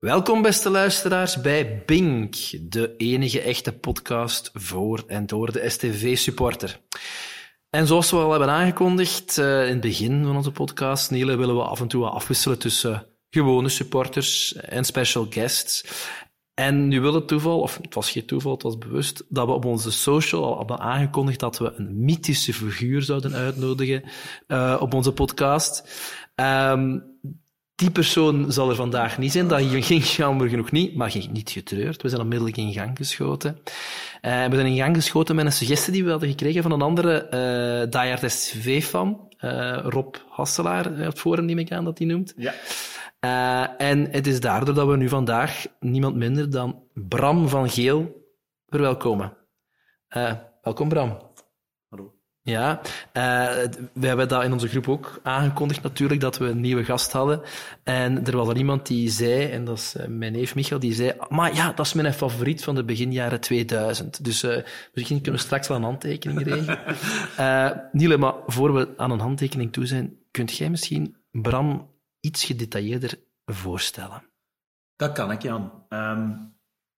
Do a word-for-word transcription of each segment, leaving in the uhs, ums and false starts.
Welkom, beste luisteraars, bij Bink, de enige echte podcast voor en door de S T V-supporter. En zoals we al hebben aangekondigd uh, in het begin van onze podcast, Niele, willen we af en toe afwisselen tussen gewone supporters en special guests. En nu wil het toeval, of het was geen toeval, het was bewust, dat we op onze social al hadden aangekondigd dat we een mythische figuur zouden uitnodigen uh, op onze podcast. Um, Die persoon zal er vandaag niet zijn. Dat ging jammer genoeg niet, maar ging niet getreurd. We zijn onmiddellijk in gang geschoten. Uh, we zijn in gang geschoten met een suggestie die we hadden gekregen van een andere uh, diehard S T V-fan, uh, Rob Hasselaar, het forum neem ik aan dat hij noemt. Ja. Uh, en het is daardoor dat we nu vandaag niemand minder dan Bram van Geel verwelkomen. Uh, welkom, Bram. Hallo. Ja, uh, we hebben dat in onze groep ook aangekondigd natuurlijk, dat we een nieuwe gast hadden. En er was er iemand die zei, en dat is uh, mijn neef Michael, die zei, maar ja, dat is mijn favoriet van de begin jaren tweeduizend. Dus uh, misschien kunnen we straks wel een handtekening regelen. uh, Niele, maar voor we aan een handtekening toe zijn, kunt jij misschien Bram iets gedetailleerder voorstellen? Dat kan ik, Jan. Um...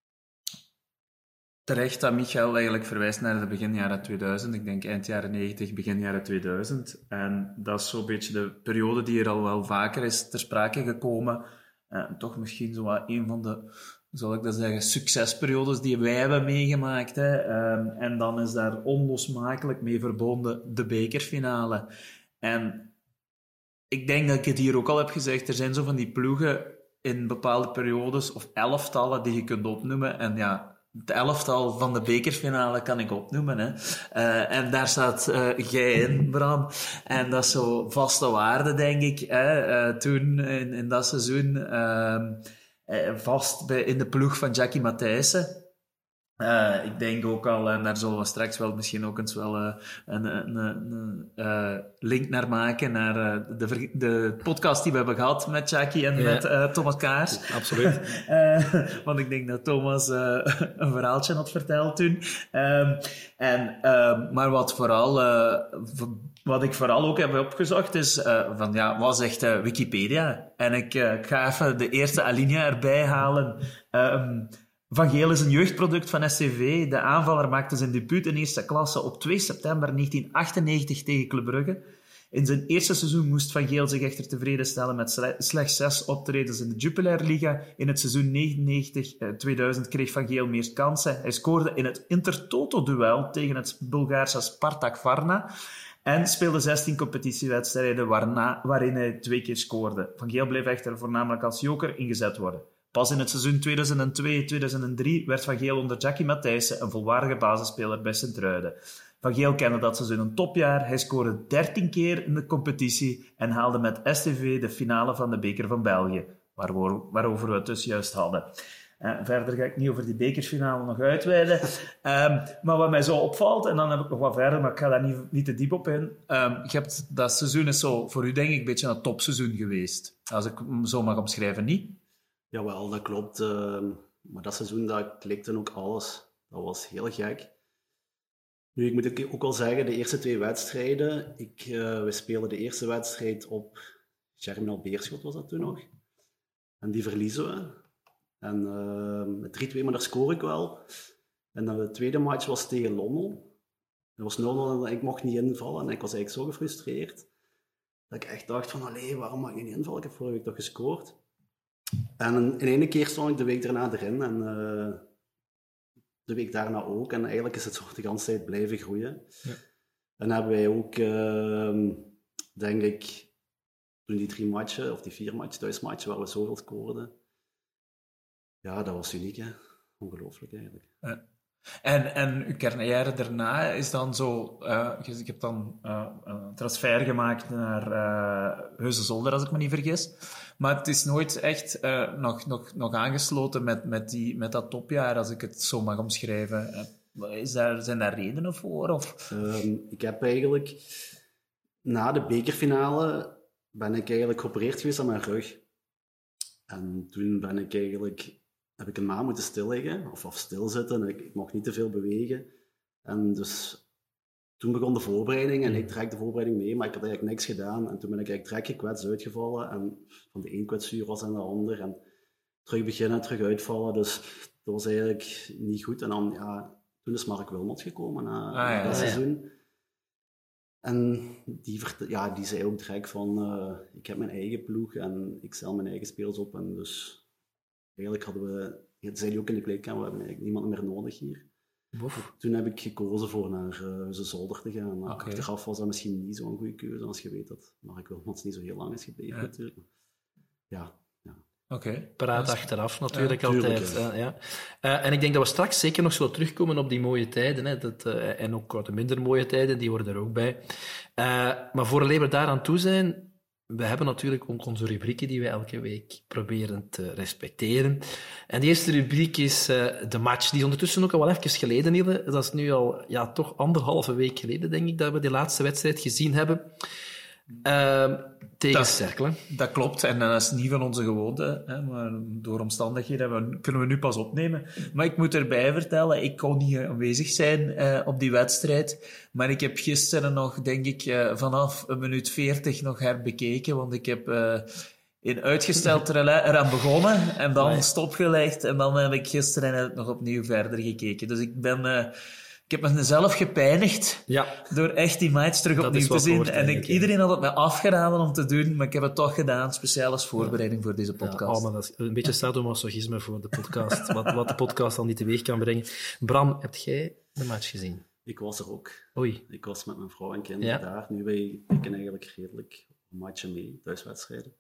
Terecht dat Michael eigenlijk verwijst naar de begin jaren tweeduizend. Ik denk eind jaren negentig, begin jaren tweeduizend. En dat is zo'n beetje de periode die er al wel vaker is ter sprake gekomen. En toch misschien zo wat een van de, zal ik dat zeggen, succesperiodes die wij hebben meegemaakt. Hè. En dan is daar onlosmakelijk mee verbonden de bekerfinale. En ik denk dat ik het hier ook al heb gezegd, er zijn zo van die ploegen in bepaalde periodes, of elftallen, die je kunt opnoemen. En ja, het elftal van de bekerfinale kan ik opnoemen. Hè. Uh, en daar staat uh, jij in, Bram. En dat is zo vaste waarde, denk ik. Hè. Uh, toen, in, in dat seizoen, uh, uh, vast bij, in de ploeg van Jackie Matthijssen. Uh, ik denk ook al, en daar zullen we straks wel misschien ook eens wel uh, een, een, een, een uh, link naar maken, naar uh, de, de podcast die we hebben gehad met Jackie en ja. met uh, Thomas Kaars. Absoluut. uh, want ik denk dat Thomas uh, een verhaaltje had verteld toen. Um, en, uh, maar wat, vooral, uh, wat ik vooral ook heb opgezocht is, uh, van, ja, wat zegt uh, Wikipedia? En ik, uh, ik ga even de eerste alinea erbij halen. Um, Van Geel is een jeugdproduct van S T V. De aanvaller maakte zijn debuut in eerste klasse op twee september negentien achtennegentig tegen Club Brugge. In zijn eerste seizoen moest Van Geel zich echter tevreden stellen met slechts zes optredens in de Jupiler Liga. In het seizoen negenennegentig tweeduizend kreeg Van Geel meer kansen. Hij scoorde in het Intertoto-duel tegen het Bulgaarse Spartak Varna en speelde zestien competitiewedstrijden waarna, waarin hij twee keer scoorde. Van Geel bleef echter voornamelijk als joker ingezet worden. Pas in het seizoen tweeduizend twee tweeduizend drie werd Van Geel onder Jackie Matthijssen een volwaardige basisspeler bij Sint-Truiden. Van Geel kende dat seizoen een topjaar. Hij scoorde dertien keer in de competitie en haalde met S T V de finale van de Beker van België, waarover we het dus juist hadden. Uh, verder ga ik niet over die bekerfinale nog uitweiden. Um, maar wat mij zo opvalt, en dan heb ik nog wat verder, maar ik ga daar niet, niet te diep op in. Um, je hebt, dat seizoen is zo voor u denk ik een beetje een topseizoen geweest. Als ik hem zo mag omschrijven, niet? Jawel, dat klopt. Uh, maar dat seizoen, dat klikte ook alles. Dat was heel gek. Nu, ik moet ook wel zeggen, de eerste twee wedstrijden... Ik, uh, we spelen de eerste wedstrijd op Germinal Beerschot, was dat toen nog. En die verliezen we. En uh, met drie twee, maar daar scoor ik wel. En dan de tweede match was tegen Lommel. Het was nul nul en ik mocht niet invallen. En ik was eigenlijk zo gefrustreerd, dat ik echt dacht van, allee, waarom mag ik niet invallen? Ik heb vorige week toch gescoord. En in ene keer stond ik de week daarna erin en uh, de week daarna ook. En eigenlijk is het zo de hele tijd blijven groeien. Ja. En hebben wij ook, uh, denk ik, toen die drie matchen, of die vier matchen, thuismatchen, waar we zoveel scoorden. Ja, dat was uniek, hè. Ongelooflijk eigenlijk. Ja. En, en uw carrière daarna is dan zo... Uh, ik heb dan uh, een transfer gemaakt naar uh, Heusden-Zolder, als ik me niet vergis. Maar het is nooit echt uh, nog, nog, nog aangesloten met, met, die, met dat topjaar, als ik het zo mag omschrijven. Is daar, zijn daar redenen voor? Of? Um, ik heb eigenlijk... Na de bekerfinale ben ik eigenlijk geopereerd geweest aan mijn rug. En toen ben ik eigenlijk... heb ik een maand moeten stilliggen, of, of stilzitten. Ik, ik mocht niet te veel bewegen. En dus toen begon de voorbereiding en ik trek de voorbereiding mee, maar ik had eigenlijk niks gedaan. En toen ben ik eigenlijk direct gekwetst uitgevallen. En van de een kwetsuur was aan de ander. En het terug beginnen, terug uitvallen. Dus dat was eigenlijk niet goed. En dan, ja, toen is Mark Wilmot gekomen na, ah, na ja, dat ja, seizoen. Ja. En die, ja, die zei ook direct van, uh, ik heb mijn eigen ploeg en ik stel mijn eigen spelers op. En dus eigenlijk hadden we, dat zei hij ook in de kleedkamer, we hebben eigenlijk niemand meer nodig hier. Bof. Toen heb ik gekozen voor naar uh, Huize Zolder te gaan. Maar okay. Achteraf was dat misschien niet zo'n goede keuze, als je weet dat Mark Wilmots niet zo heel lang is gebleven ja. natuurlijk. Ja. ja. Oké. Okay. Paraat dus, achteraf natuurlijk ja, altijd. Tuurlijk, ja. Uh, ja. Uh, en ik denk dat we straks zeker nog zullen terugkomen op die mooie tijden. Hè, dat, uh, en ook wat de minder mooie tijden, die horen er ook bij. Uh, maar voor we daaraan toe zijn... We hebben natuurlijk ook onze rubrieken die we elke week proberen te respecteren. En de eerste rubriek is uh, de match. Die is ondertussen ook al wel even geleden, Niele. Dat is nu al ja, toch anderhalve week geleden, denk ik, dat we die laatste wedstrijd gezien hebben. Uh, tegen dat, Cercle. Dat klopt, en dat is niet van onze gewoonte, hè, maar door omstandigheden we, kunnen we nu pas opnemen. Maar ik moet erbij vertellen, ik kon niet aanwezig zijn uh, op die wedstrijd, maar ik heb gisteren nog, denk ik, uh, vanaf een minuut veertig nog herbekeken, want ik heb uh, in uitgesteld relais eraan begonnen en dan nee. stopgelegd en dan heb ik gisteren nog opnieuw verder gekeken. Dus ik ben... Uh, Ik heb mezelf gepijnigd ja. door echt die match terug opnieuw te zien. En ik, iedereen had het mij afgeraden om te doen, maar ik heb het toch gedaan, speciaal als voorbereiding ja. voor deze podcast. Ja, oh, maar dat is een beetje sadomasochisme voor de podcast, wat, wat de podcast al niet teweeg kan brengen. Bram, heb jij de match gezien? Ik was er ook. Oei. Ik was met mijn vrouw en kinderen ja. daar. Nu, wij pikken eigenlijk redelijk matchen mee, thuiswedstrijden.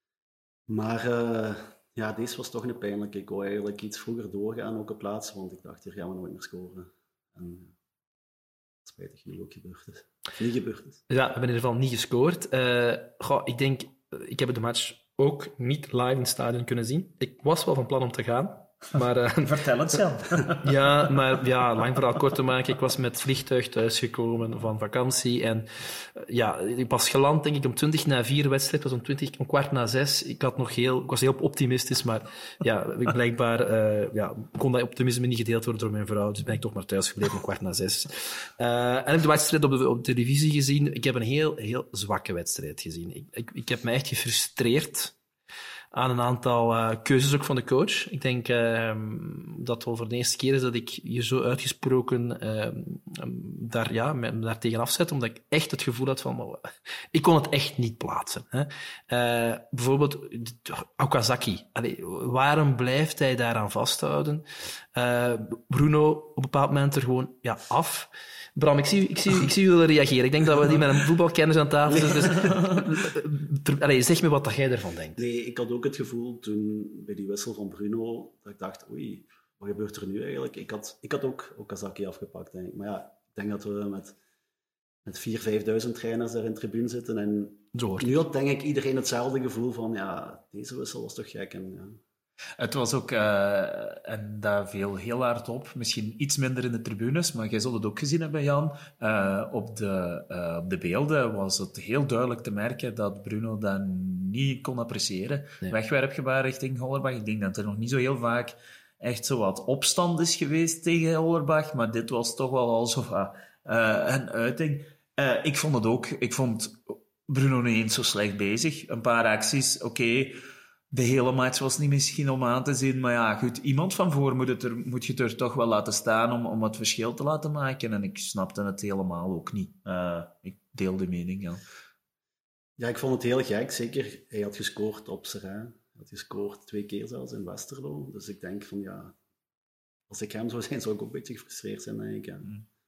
Maar uh, ja, deze was toch een pijnlijke. Ik wou eigenlijk iets vroeger doorgaan, ook op plaats, want ik dacht, hier gaan we nooit meer scoren. En spijtig genoeg ook gebeurd is. Niet gebeurd is. Ja, we hebben in ieder geval niet gescoord. Uh, goh, ik denk, ik heb de match ook niet live in het stadion kunnen zien. Ik was wel van plan om te gaan. Maar, uh, Vertel het zelf. ja, maar ja, lang verhaal kort te maken. Ik was met het vliegtuig thuisgekomen van vakantie. En uh, ja, ik was geland, denk ik, om twintig na vier wedstrijd. was om twintig, om kwart na zes. Ik, had nog heel, ik was heel optimistisch, maar ja, ik blijkbaar uh, ja, kon dat optimisme niet gedeeld worden door mijn vrouw. Dus ben ik toch maar thuis gebleven om kwart na zes. Uh, en ik heb de wedstrijd op de, op de televisie gezien. Ik heb een heel, heel zwakke wedstrijd gezien. Ik, ik, ik heb me echt gefrustreerd aan een aantal uh, keuzes ook van de coach. Ik denk uh, dat het wel voor de eerste keer is dat ik je zo uitgesproken uh, daar, ja, me, daar tegen afzet, omdat ik echt het gevoel had van... Uh, ik kon het echt niet plaatsen. Hè. Uh, bijvoorbeeld Okazaki. Allee, waarom blijft hij daaraan vasthouden? Uh, Bruno op een bepaald moment er gewoon ja, af... Bram, ik zie, ik, zie, ik zie u willen reageren. Ik denk dat we die met een voetbalkennis aan tafel zitten. Dus, allee, zeg me wat dat jij ervan denkt. Nee, ik had ook het gevoel toen bij die wissel van Bruno, dat ik dacht, oei, wat gebeurt er nu eigenlijk? Ik had, ik had ook Okazaki afgepakt, denk ik. Maar ja, ik denk dat we met, met vierduizend, vijfduizend trainers daar in de tribune zitten. En nu had denk ik iedereen hetzelfde gevoel van, ja, deze wissel was toch gek. En, ja. Het was ook, uh, en daar viel heel hard op, misschien iets minder in de tribunes, maar jij zult het ook gezien hebben, Jan. Uh, op, de, uh, op de beelden was het heel duidelijk te merken dat Bruno dat niet kon appreciëren. Nee. Wegwerpgebaar richting Hollerbach. Ik denk dat er nog niet zo heel vaak echt zo wat opstand is geweest tegen Hollerbach, maar dit was toch wel al zo uh, een uiting. Uh, ik vond het ook. Ik vond Bruno niet eens zo slecht bezig. Een paar acties, oké. Okay. De hele match was niet misschien om aan te zien, maar ja, goed, iemand van voor moet, het er, moet je het er toch wel laten staan om, om het verschil te laten maken. En ik snapte het helemaal ook niet. Uh, ik deel de mening, ja. Ja, ik vond het heel gek. Zeker, hij had gescoord op Serrain. Hij had gescoord twee keer zelfs in Westerlo. Dus ik denk van, ja, als ik hem zou zijn, zou ik ook een beetje gefrustreerd zijn, denk ik. Ja,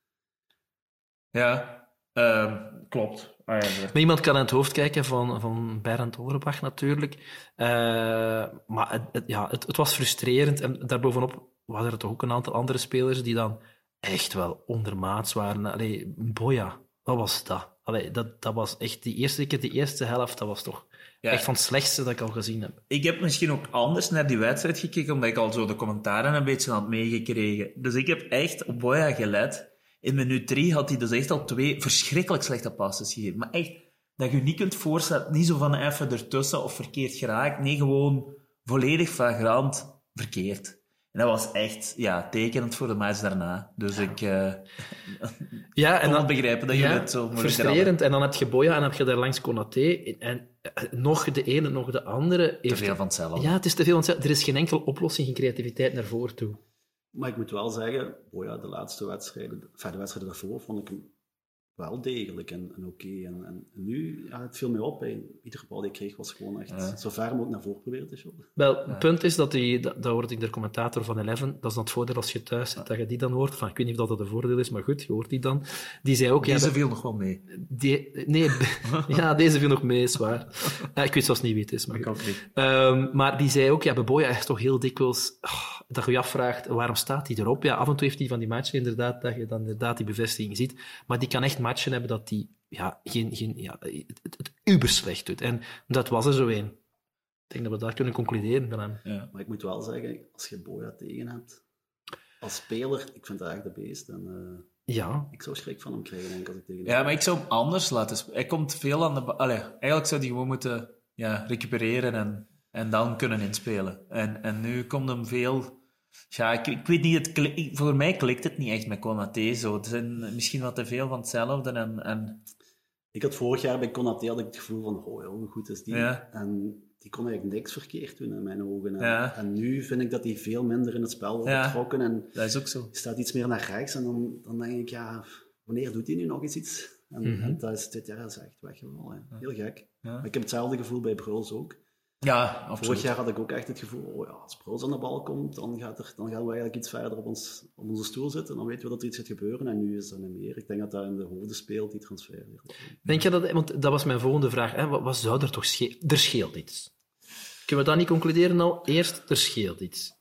ja uh, klopt. Ah, ja, maar iemand kan in het hoofd kijken van, van Bernd Hollerbach natuurlijk. Uh, maar het, het, ja, het, het was frustrerend. En daarbovenop waren er toch ook een aantal andere spelers die dan echt wel ondermaats waren. Allee, Boya, wat was dat? Allee, dat, dat was echt die eerste keer, die eerste helft, dat was toch ja, echt van het slechtste dat ik al gezien heb. Ik heb misschien ook anders naar die wedstrijd gekeken, omdat ik al zo de commentaren een beetje had meegekregen. Dus ik heb echt op Boya gelet. In minuut drie had hij dus echt al twee verschrikkelijk slechte passes gegeven. Maar echt, dat je niet kunt voorstellen, niet zo van even ertussen of verkeerd geraakt. Nee, gewoon volledig flagrant verkeerd. En dat was echt ja, tekenend voor de match daarna. Dus ik uh, ja, en kon dan begrijpen dat je ja, het zo moeilijk frustrerend. hadden. En dan heb je Boya en dan heb je daar langs Konaté. En nog de ene, nog de andere. Te veel van hetzelfde. Ja, het is te veel van hetzelfde. Er is geen enkele oplossing, geen creativiteit naar voren toe. Maar ik moet wel zeggen, Boya, de laatste wedstrijden, enfin, de wedstrijden daarvoor, vond ik hem wel degelijk en, en oké. Okay. En, en nu, ja, het viel mij op. Hè. Iedere bal die ik kreeg was gewoon echt ja. zo ver mogelijk naar voren proberen te shotten. Wel, het ja. punt is dat, die, dat, dat hoorde ik de commentator van Eleven, dat is dan het voordeel als je thuis zit, ja. dat je die dan hoort. Enfin, ik weet niet of dat een voordeel is, maar goed, je hoort die dan. Die zei ook... Deze ja, viel nog wel mee. Die, nee, ja, deze viel nog mee, is waar. Uh, ik weet zelfs niet wie het is. Maar, ik ook niet. Um, maar die zei ook, ja, bij Boya is toch heel dikwijls oh, dat je je afvraagt, waarom staat hij erop? Ja, af en toe heeft hij van die matchen inderdaad, dat je dan inderdaad die bevestiging ziet. Maar die kan echt matchen hebben dat die ja, geen, geen, ja, het, het, het uber slecht doet. En dat was er zo een. Ik denk dat we daar kunnen concluderen van hem. Ja. Maar ik moet wel zeggen, als je Boya tegen hebt, als speler, ik vind dat echt de beest. En, uh, ja. Ik zou schrik van hem krijgen, denk ik, als ik tegen hem. Ja, maar ik zou hem anders laten spelen. Hij komt veel aan de... Ba- Allee, eigenlijk zou hij gewoon moeten ja, recupereren en, en dan kunnen inspelen. En, en nu komt hem veel... Ja, ik, ik weet niet, het klik, voor mij klikt het niet echt met Konaté zo. Het zijn misschien wat te veel van hetzelfde en... en... Ik had vorig jaar bij Konaté had ik het gevoel van, oh, hoe goed is die? Ja. En die kon eigenlijk niks verkeerd doen in mijn ogen. En, ja. en nu vind ik dat hij veel minder in het spel wordt ja. betrokken. En dat is ook zo. Hij staat iets meer naar rechts en dan, dan denk ik, ja, wanneer doet hij nu nog eens iets? En, mm-hmm. en dat is dit jaar is echt weggevallen. Ja. Heel gek. Ja. Maar ik heb hetzelfde gevoel bij Bruls ook. Ja, absoluut. Vorig jaar had ik ook echt het gevoel, oh ja, als Bruls aan de bal komt, dan, gaat er, dan gaan we eigenlijk iets verder op, ons, op onze stoel zitten en dan weten we dat er iets gaat gebeuren en nu is dat niet meer. Ik denk dat dat in de hoofden speelt, die transfer. Denk je dat, want dat was mijn volgende vraag, hè? Wat, wat zou er toch schelen? Er scheelt iets. Kunnen we dat niet concluderen al? Eerst, er scheelt iets.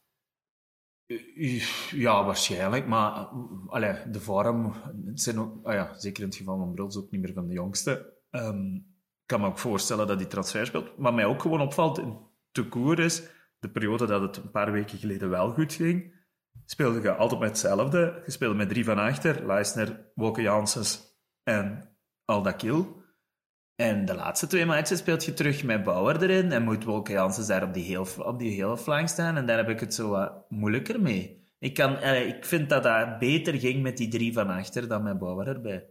Ja, waarschijnlijk, maar allee, de vorm, het zijn ook, ah ja, zeker in het geval van Bruls ook niet meer van de jongste. Um, Ik kan me ook voorstellen dat die transfer speelt. Wat mij ook gewoon opvalt in te koer is, de periode dat het een paar weken geleden wel goed ging, speelde je altijd met hetzelfde. Je speelde met drie van achter, Leisner, Woke Janssens en Aldakil. En de laatste twee matches speelt je terug met Bauer erin en moet Woke Janssens daar op die, heel, op die hele flank staan. En daar heb ik het zo wat moeilijker mee. Ik, kan, eh, ik vind dat dat beter ging met die drie van achter dan met Bauer erbij.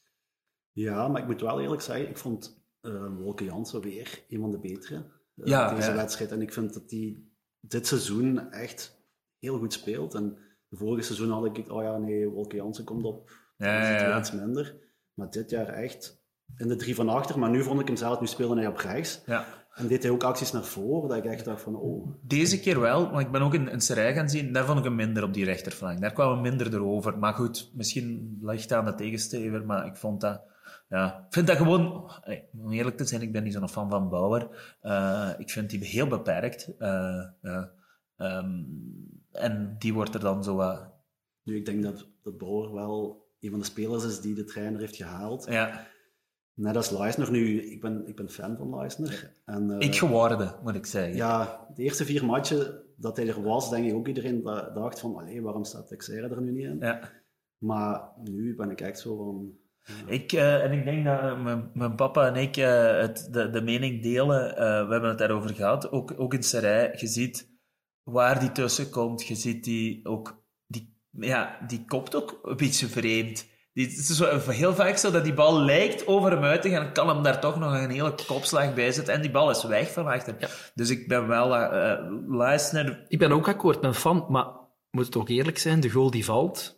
Ja, maar ik moet wel eerlijk zeggen, ik vond... Uh, Wolke Jansen weer een van de betere uh, ja, deze ja. wedstrijd. En ik vind dat hij dit seizoen echt heel goed speelt. En de vorige seizoen had ik, oh ja, nee, Wolke Jansen komt op. Ja, dan is het ja, ja. iets minder. Maar dit jaar echt in de drie van achter. Maar nu vond ik hem zelf, nu speelde hij op rechts. Ja. En deed hij ook acties naar voren, dat ik echt dacht van, oh. Deze keer wel, want ik ben ook in, in Serij gaan zien, daar vond ik hem minder op die rechterflank. Daar kwam hem minder erover. Maar goed, misschien ligt aan de tegenstever, maar ik vond dat... Ja, ik vind dat gewoon... Om eerlijk te zijn, ik ben niet zo'n fan van Bauer. Uh, ik vind die heel beperkt. Uh, uh, um, en die wordt er dan zo... Uh... Nu, ik denk dat, dat Bauer wel een van de spelers is die de trainer heeft gehaald. Ja. Net als Leisner. Nu, ik ben, ik ben fan van Leisner. En, uh, ik geworden, moet ik zeggen. Ja, de eerste vier matchen dat hij er was, denk ik ook iedereen dacht van, allee, waarom staat Texera er nu niet in? Ja. Maar nu ben ik echt zo van... Ja. Ik, uh, en ik denk dat uh, mijn, mijn papa en ik uh, het, de, de mening delen. Uh, we hebben het daarover gehad. Ook, ook in Serij. Je ziet waar die tussen komt. Je ziet die ook... Die, ja, die kopt ook een beetje vreemd. Die, het is zo, heel vaak zo dat die bal lijkt over hem uit te gaan. Kan hem daar toch nog een hele kopslag bij zetten. En die bal is weg van achter. Ja. Dus ik ben wel... Uh, Leisner... Ik ben ook akkoord met fan, maar moet het ook eerlijk zijn, de goal die valt...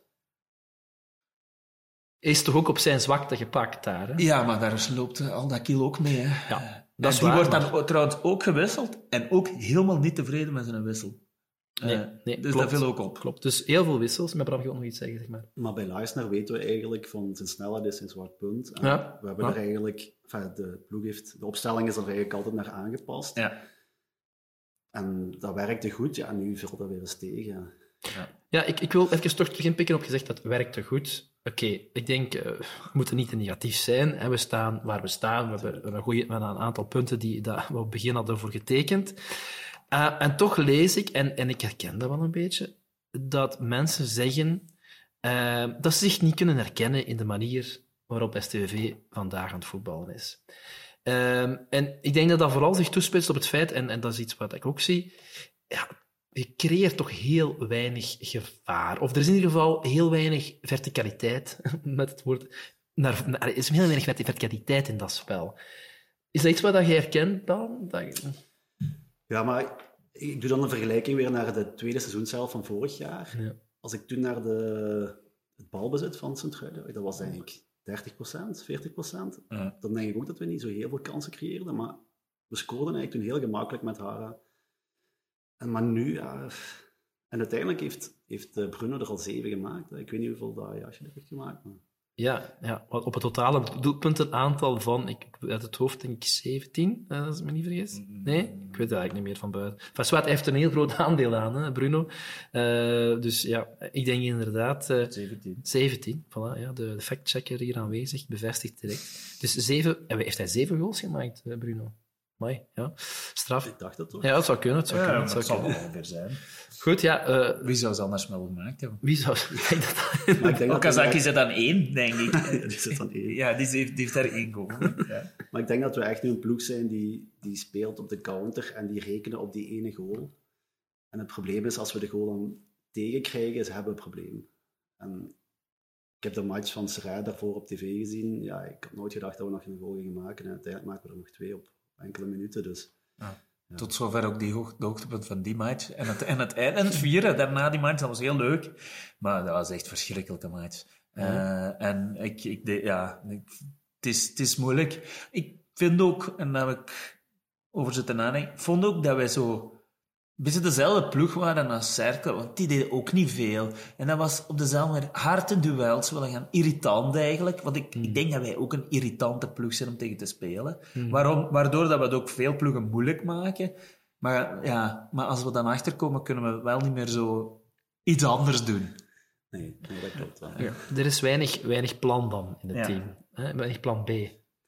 is toch ook op zijn zwakte gepakt daar. Hè? Ja, maar daar loopt Aldakil ook mee. Hè? Ja, dat is en die waar, wordt dan maar... trouwens ook gewisseld en ook helemaal niet tevreden met zijn wissel. Nee, uh, nee, dus klopt, dat viel ook op. Klopt, dus heel veel wissels. Maar Bram, je wil nog iets zeggen, zeg maar. Maar bij Leisner weten we eigenlijk van zijn snelheid is zijn zwak punt. En ja. We hebben ja. er eigenlijk... Enfin, de ploeg heeft... De opstelling is er eigenlijk altijd naar aangepast. Ja. En dat werkte goed. Ja, nu viel dat weer eens tegen. Ja, ja ik, ik wil even toch terug inpikken op gezegd dat het werkte goed. Oké, okay, ik denk, uh, we moeten niet te negatief zijn. Hè. We staan waar we staan. We hebben een, goeie, een aantal punten die dat we op het begin hadden voor getekend. Uh, en toch lees ik, en, en ik herken dat wel een beetje, dat mensen zeggen uh, dat ze zich niet kunnen herkennen in de manier waarop S T V V vandaag aan het voetballen is. Uh, en ik denk dat dat vooral zich toespitst op het feit, en, en dat is iets wat ik ook zie, ja, je creëert toch heel weinig gevaar. Of er is in ieder geval heel weinig verticaliteit, met het woord... Naar, naar, er is heel weinig verticaliteit in dat spel. Is dat iets wat je herkent dan? Dat je... Ja, maar ik doe dan een vergelijking weer naar de tweede seizoen zelf van vorig jaar. Ja. Als ik toen naar de, het balbezit van Sint-Truiden, dat was denk ik dertig procent, veertig procent. Ja. Dan denk ik ook dat we niet zo heel veel kansen creëerden, maar we scoorden eigenlijk toen heel gemakkelijk met Hara. En maar nu, ja... En uiteindelijk heeft, heeft Bruno er al zeven gemaakt. Ik weet niet hoeveel dat Jasje er heeft gemaakt, maar... Ja, ja, op het totale doelpuntenaantal van, ik, uit het hoofd denk ik zeventien, als ik me niet vergis. Nee? Ik weet het eigenlijk niet meer van buiten. Van Swat heeft een heel groot aandeel aan, hè, Bruno. Uh, dus ja, ik denk inderdaad... Uh, zeventien. zeventien, voilà, ja, de, de factchecker hier aanwezig, bevestigt direct. Dus zeven... Heeft hij zeven goals gemaakt, Bruno? Amai, ja. Straf. Ik dacht dat toch? Ja, dat zou kunnen. Het zou Ja, kunnen, het het zou zal kunnen. wel ongeveer zijn. Goed, ja. Uh, Wie zou ze anders wel gemaakt hebben? wie zou... Ik denk dat... Maar ik denk dat Okazaki we- zit aan één, denk ik. Die zit aan één. Ja, die heeft, die heeft daar één goal. Ja. Maar ik denk dat we echt nu een ploeg zijn die, die speelt op de counter en die rekenen op die ene goal. En het probleem is, als we de goal dan tegenkrijgen, ze hebben een probleem. En ik heb de match van Serrain daarvoor op tv gezien. Ja, ik had nooit gedacht dat we nog een goal gingen maken. En uiteindelijk maken we er nog twee op enkele minuten. Dus. Ja. Ja. Tot zover ook die hoog, de hoogtepunt van die match. En het, en het eind en het vieren, daarna die match, dat was heel leuk. Maar dat was echt een verschrikkelijke match. Ja. Uh, en ik, ik, de, ja, ik, het, is, het is moeilijk. Ik vind ook, en daar heb ik over zitten nadenken, ik vond ook dat wij zo een beetje dezelfde ploeg waren als Cercle, want die deden ook niet veel. En dat was op dezelfde manier harde duels willen gaan. Irritant eigenlijk, want ik, Mm. ik denk dat wij ook een irritante ploeg zijn om tegen te spelen. Mm. Waarom, waardoor dat we het ook veel ploegen moeilijk maken. Maar, ja, maar als we dan achterkomen, kunnen we wel niet meer zo iets anders doen. Nee, nee, dat klopt wel. Ja. Er is weinig, weinig plan dan in het Ja. team. Hè? Weinig plan B.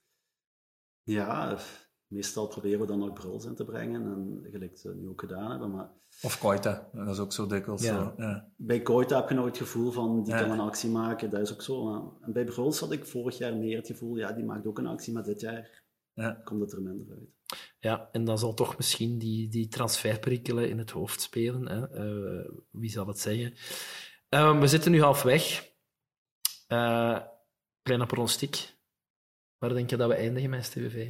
Ja, meestal proberen we dan nog Bruls in te brengen. En gelijk ze nu ook gedaan hebben. Maar Of Koita, dat is ook zo dikwijls Ja. zo. Ja. bij Koita heb je nog het gevoel van, die Ja. kan een actie maken. Dat is ook zo. Maar... En bij Bruls had ik vorig jaar meer het gevoel, ja, die maakt ook een actie. Maar dit jaar Ja. komt het er minder uit. Ja, en dan zal toch misschien die, die transferperikelen in het hoofd spelen. Hè? Uh, wie zal het zeggen? Uh, we zitten nu halfweg. Uh, kleine pronostiek. Waar denk je dat we eindigen met S T V V?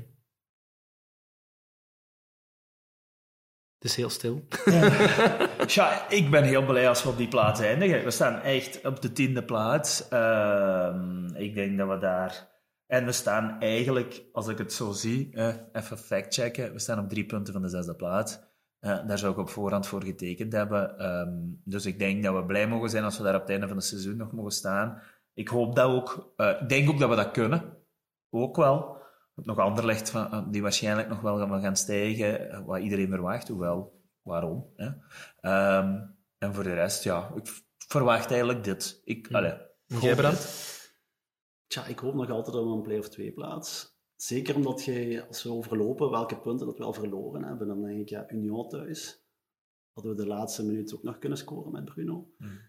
Het is heel stil. Ja. Tja, ik ben heel blij als we op die plaats eindigen. We staan echt op de tiende plaats. Uh, ik denk dat we daar... En we staan eigenlijk, als ik het zo zie, eh, even factchecken, we staan op drie punten van de zesde plaats. Uh, daar zou ik op voorhand voor getekend hebben. Um, dus ik denk dat we blij mogen zijn als we daar op het einde van het seizoen nog mogen staan. Ik hoop dat ook... Uh, ik denk ook dat we dat kunnen. Ook wel. Nog Anderlecht van, die waarschijnlijk nog wel gaan, gaan stijgen, wat iedereen verwacht, hoewel, waarom? Hè? Um, en voor de rest, ja, ik verwacht eigenlijk dit. Ik, Ja. allez, Jij, hoop Bram? dit. Tja, ik hoop nog altijd op een play-off twee plaats. Zeker omdat je, als we overlopen welke punten dat we al verloren hebben, dan denk ik, ja, Union thuis. Hadden we de laatste minuut ook nog kunnen scoren met Bruno. Hmm.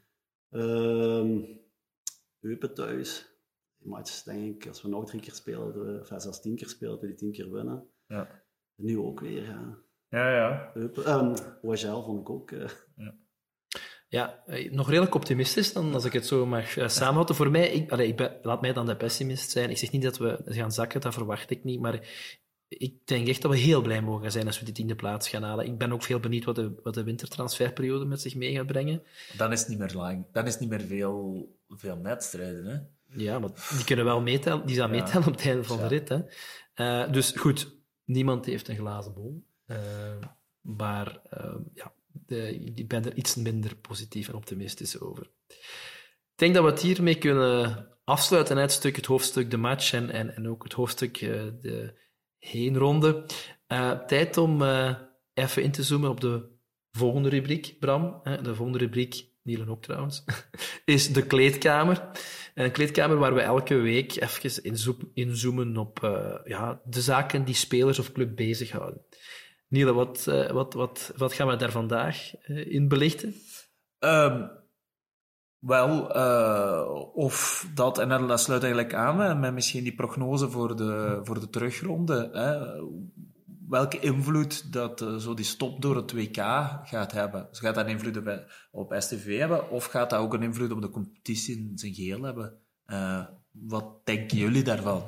Um, Eupen thuis. Die match, denk ik, als we nog drie keer spelen, we, of zelfs tien keer spelen, dat we die tien keer winnen. Ja. Nu ook weer, ja. Ja, ja. Eupen, um, O H L vond ik ook... Uh, ja. Ja, nog redelijk optimistisch dan, als ik het zo mag uh, samenvatten. Voor mij, ik, allee, ik ben, laat mij dan de pessimist zijn. Ik zeg niet dat we gaan zakken, dat verwacht ik niet. Maar ik denk echt dat we heel blij mogen zijn als we die tiende plaats gaan halen. Ik ben ook veel benieuwd wat de, wat de wintertransferperiode met zich mee gaat brengen. Dan is het niet meer lang. Dan is het niet meer veel, veel wedstrijden, hè? Ja, maar die kunnen wel meetellen. Die gaan Ja. meetellen op het einde van Ja. de rit. Hè. Uh, dus goed, niemand heeft een glazen bol. Uh, maar uh, ja, de, ik ben er iets minder positief en optimistisch over. Ik denk dat we het hiermee kunnen afsluiten. Het stuk, het hoofdstuk de match en, en, en ook het hoofdstuk uh, de heenronde. Uh, tijd om uh, even in te zoomen op de volgende rubriek, Bram. Uh, de volgende rubriek, Nielen ook trouwens, is de kleedkamer. Een kleedkamer waar we elke week even inzo- inzoomen op uh, ja, de zaken die spelers of club bezighouden. Nielen, wat, uh, wat, wat, wat gaan we daar vandaag uh, in belichten? Um, wel, uh, of dat, en dat sluit eigenlijk aan met, met misschien die prognose voor de, voor de terugronde. Hè. welke invloed dat uh, zo die stop door het W K gaat hebben. Dus gaat dat een invloed op, op S T V hebben, of gaat dat ook een invloed op de competitie in zijn geheel hebben? Uh, wat denken jullie daarvan?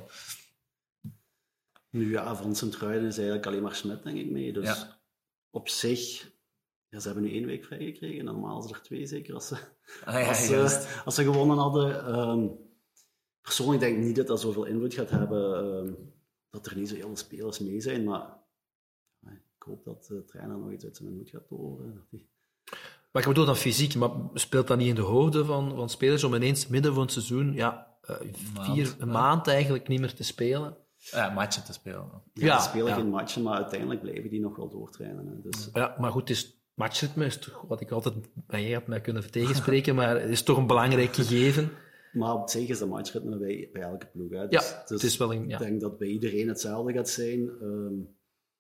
Nu ja, van Sint-Truiden is eigenlijk alleen maar Schmidt, denk ik, mee. Dus ja. op zich, ja, ze hebben nu één week vrijgekregen. Normaal is er twee, zeker, als ze, ah, ja, als, uh, als ze gewonnen hadden. Um, persoonlijk denk ik niet dat dat zoveel invloed gaat hebben. Um, dat er niet zo heel veel spelers mee zijn, maar uh, ik hoop dat de trainer nog iets uit zijn moed gaat horen. Maar ik bedoel dan fysiek, maar speelt dat niet in de hoogte van, van spelers om ineens midden van het seizoen, ja, uh, vier, maand, een ja. maand eigenlijk niet meer te spelen? Ja, matchen te spelen. Ja, ja, ze spelen ja. geen matchen, maar uiteindelijk blijven die nog wel doortrainen. Hè. Dus... Ja, maar goed, het is, matchritme is toch wat ik altijd bij jij had mij kunnen tegenspreken, maar het is toch een belangrijk gegeven. Maar op zich is dat matchritme bij, bij elke ploeg. Hè. Dus, ja, dus het is wel een, ja. Ik denk dat bij iedereen hetzelfde gaat zijn. Um,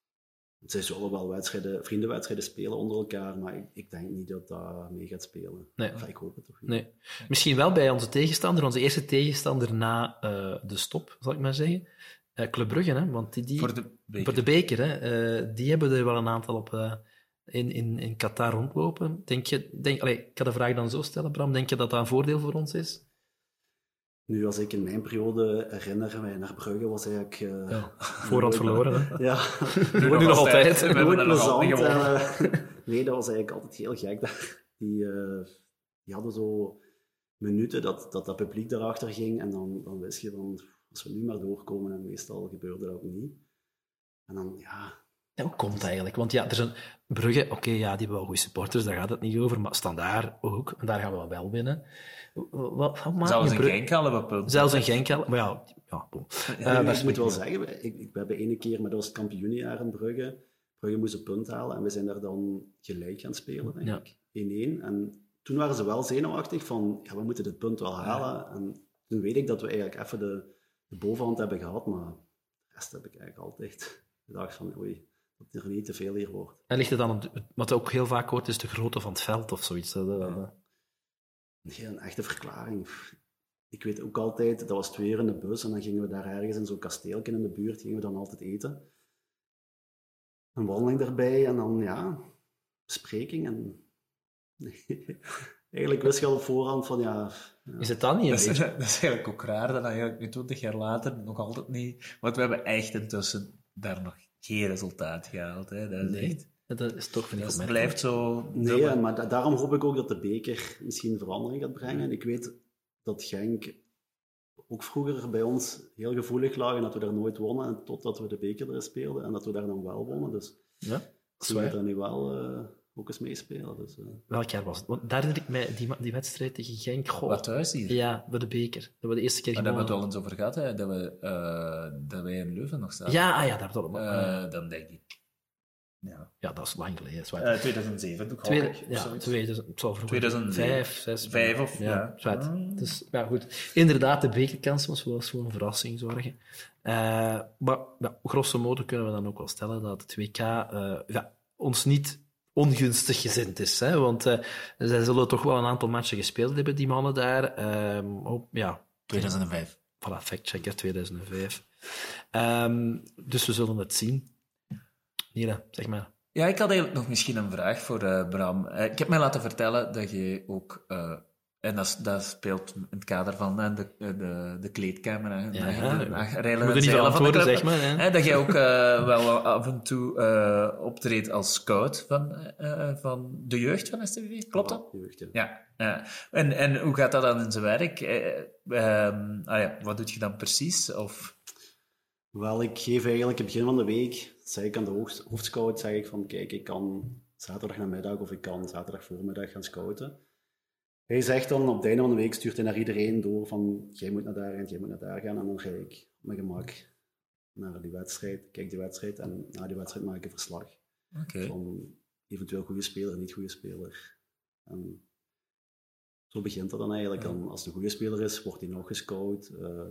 zij zullen wel wedstrijden, vriendenwedstrijden spelen onder elkaar, maar ik, ik denk niet dat dat mee gaat spelen. Nee. Enfin, ik hoop het toch niet. Nee. Misschien wel bij onze tegenstander, onze eerste tegenstander na uh, de stop, zal ik maar zeggen. Uh, Club Brugge, hè? Want die, die, voor de beker, voor de beker hè? Uh, die hebben er wel een aantal op, uh, in, in, in Qatar rondlopen. Denk je, denk, allez, ik ga de vraag dan zo stellen, Bram. Denk je dat dat een voordeel voor ons is? Nu, als ik in mijn periode herinner mij naar Brugge, was eigenlijk... Uh, ja, voorhand verloren, hè? Ja. nu nog, nog altijd. altijd. Nooit plezant. Uh, nee, dat was eigenlijk altijd heel gek daar. Die, uh, die hadden zo minuten dat, dat dat publiek daarachter ging en dan, dan wist je van, als we nu maar doorkomen, en meestal gebeurde dat ook niet. En dan, ja... Ja, hoe komt dat eigenlijk? Want ja, er zijn Brugge, oké, okay, ja, die hebben wel goede supporters, daar gaat het niet over, maar Standaard ook, en daar gaan we wel winnen. Wat, wat Zelfs in Genk halen we punten. Zelfs in Genk halen, maar ja... ja, bon. ja uh, ik moet wel zeggen, ik, ik ben bij ene keer, maar dat was het kampioenenjaar in Brugge, Brugge moest een punt halen en we zijn daar dan gelijk gaan spelen, denk ik. Ja. één-één. En toen waren ze wel zenuwachtig van, ja, we moeten dit punt wel halen. Ja. En toen weet ik dat we eigenlijk even de, de bovenhand hebben gehad, maar de rest heb ik eigenlijk altijd gedacht van, oei, dat er niet te veel hier wordt. En ligt het dan, op, wat ook heel vaak hoort, is de grootte van het veld of zoiets? Dat, dat, ja. Nee, een echte verklaring. Ik weet ook altijd, dat was twee uur in de bus en dan gingen we daar ergens in zo'n kasteeltje in de buurt, gingen we dan altijd eten. Een wandeling erbij en dan, ja, bespreking en... Nee. Eigenlijk wist je al op voorhand van, ja... ja. Is het dan niet? Dat is, dat is eigenlijk ook raar, dat eigenlijk nu twintig jaar later nog altijd niet... Want we hebben echt intussen daar nog geen resultaat gehaald. Hè. Dat is nee. echt... Dat is toch niet. Het blijft zo... Nee, ja, maar da- daarom hoop ik ook dat de beker misschien verandering gaat brengen. Ik weet dat Genk ook vroeger bij ons heel gevoelig lag en dat we daar nooit wonnen, totdat we de beker er speelden en dat we daar dan wel wonnen. Dus ja, zullen we daar nu wel uh, ook eens meespelen. Dus, uh. Welk jaar was het? Want daar herinner ik mij die, die wedstrijd tegen Genk. Goh. Wat thuis hier? Ja, bij de beker. Dat we de eerste keer maar daar hebben we het al eens over gehad, hè? Dat, we, uh, dat wij in Leuven nog staan. Ja, ah, ja daar hebben we het al. Uh, dan denk ik... Ja. ja, dat is lang geleden. Is uh, tweeduizend zeven, toch? Tweede, ja, tweeduizend, het zal tweeduizend vijf, zes. Vijf of... Ja, ja. Mm. Dus, ja, goed. Inderdaad, de bekerkans was wel eens voor een verrassing zorgen. Uh, maar ja, grosso modo kunnen we dan ook wel stellen dat het W K uh, ja, ons niet ongunstig gezind is. Hè? Want uh, zij zullen toch wel een aantal matchen gespeeld hebben, die mannen daar. Um, op, ja, tweeduizend vijf. Voilà, factchecker tweeduizend vijf. Um, dus we zullen het zien. Nira, zeg maar. Ja, ik had eigenlijk nog misschien een vraag voor uh, Bram. Uh, ik heb mij laten vertellen dat je ook... Uh, en dat, dat speelt in het kader van uh, de, de, de kleedkamer. Uh, ja, ja, uh, moet je niet antwoorden, zeg maar. Hè? Uh, dat jij ook uh, wel af en toe uh, optreedt als scout van, uh, van de jeugd van S T V. Klopt dat? Ja, jeugd, ja. Ja. Uh, en, en hoe gaat dat dan in zijn werk? Uh, um, ah, ja, wat doe je dan precies? Of... Wel, ik geef eigenlijk in het begin van de week, zeg ik aan de hoofd, hoofdscout, zeg ik van, kijk, ik kan zaterdag namiddag of ik kan zaterdag voormiddag gaan scouten. Hij zegt dan, op het einde van de week stuurt hij naar iedereen door van, jij moet naar daar en jij moet naar daar gaan. En dan ga ik op mijn gemak naar die wedstrijd, kijk die wedstrijd en na die wedstrijd maak ik een verslag. Okay. Van eventueel goede speler, niet goede speler. En zo begint dat dan eigenlijk. Dan, als het een goede speler is, wordt hij nog gescout. Uh,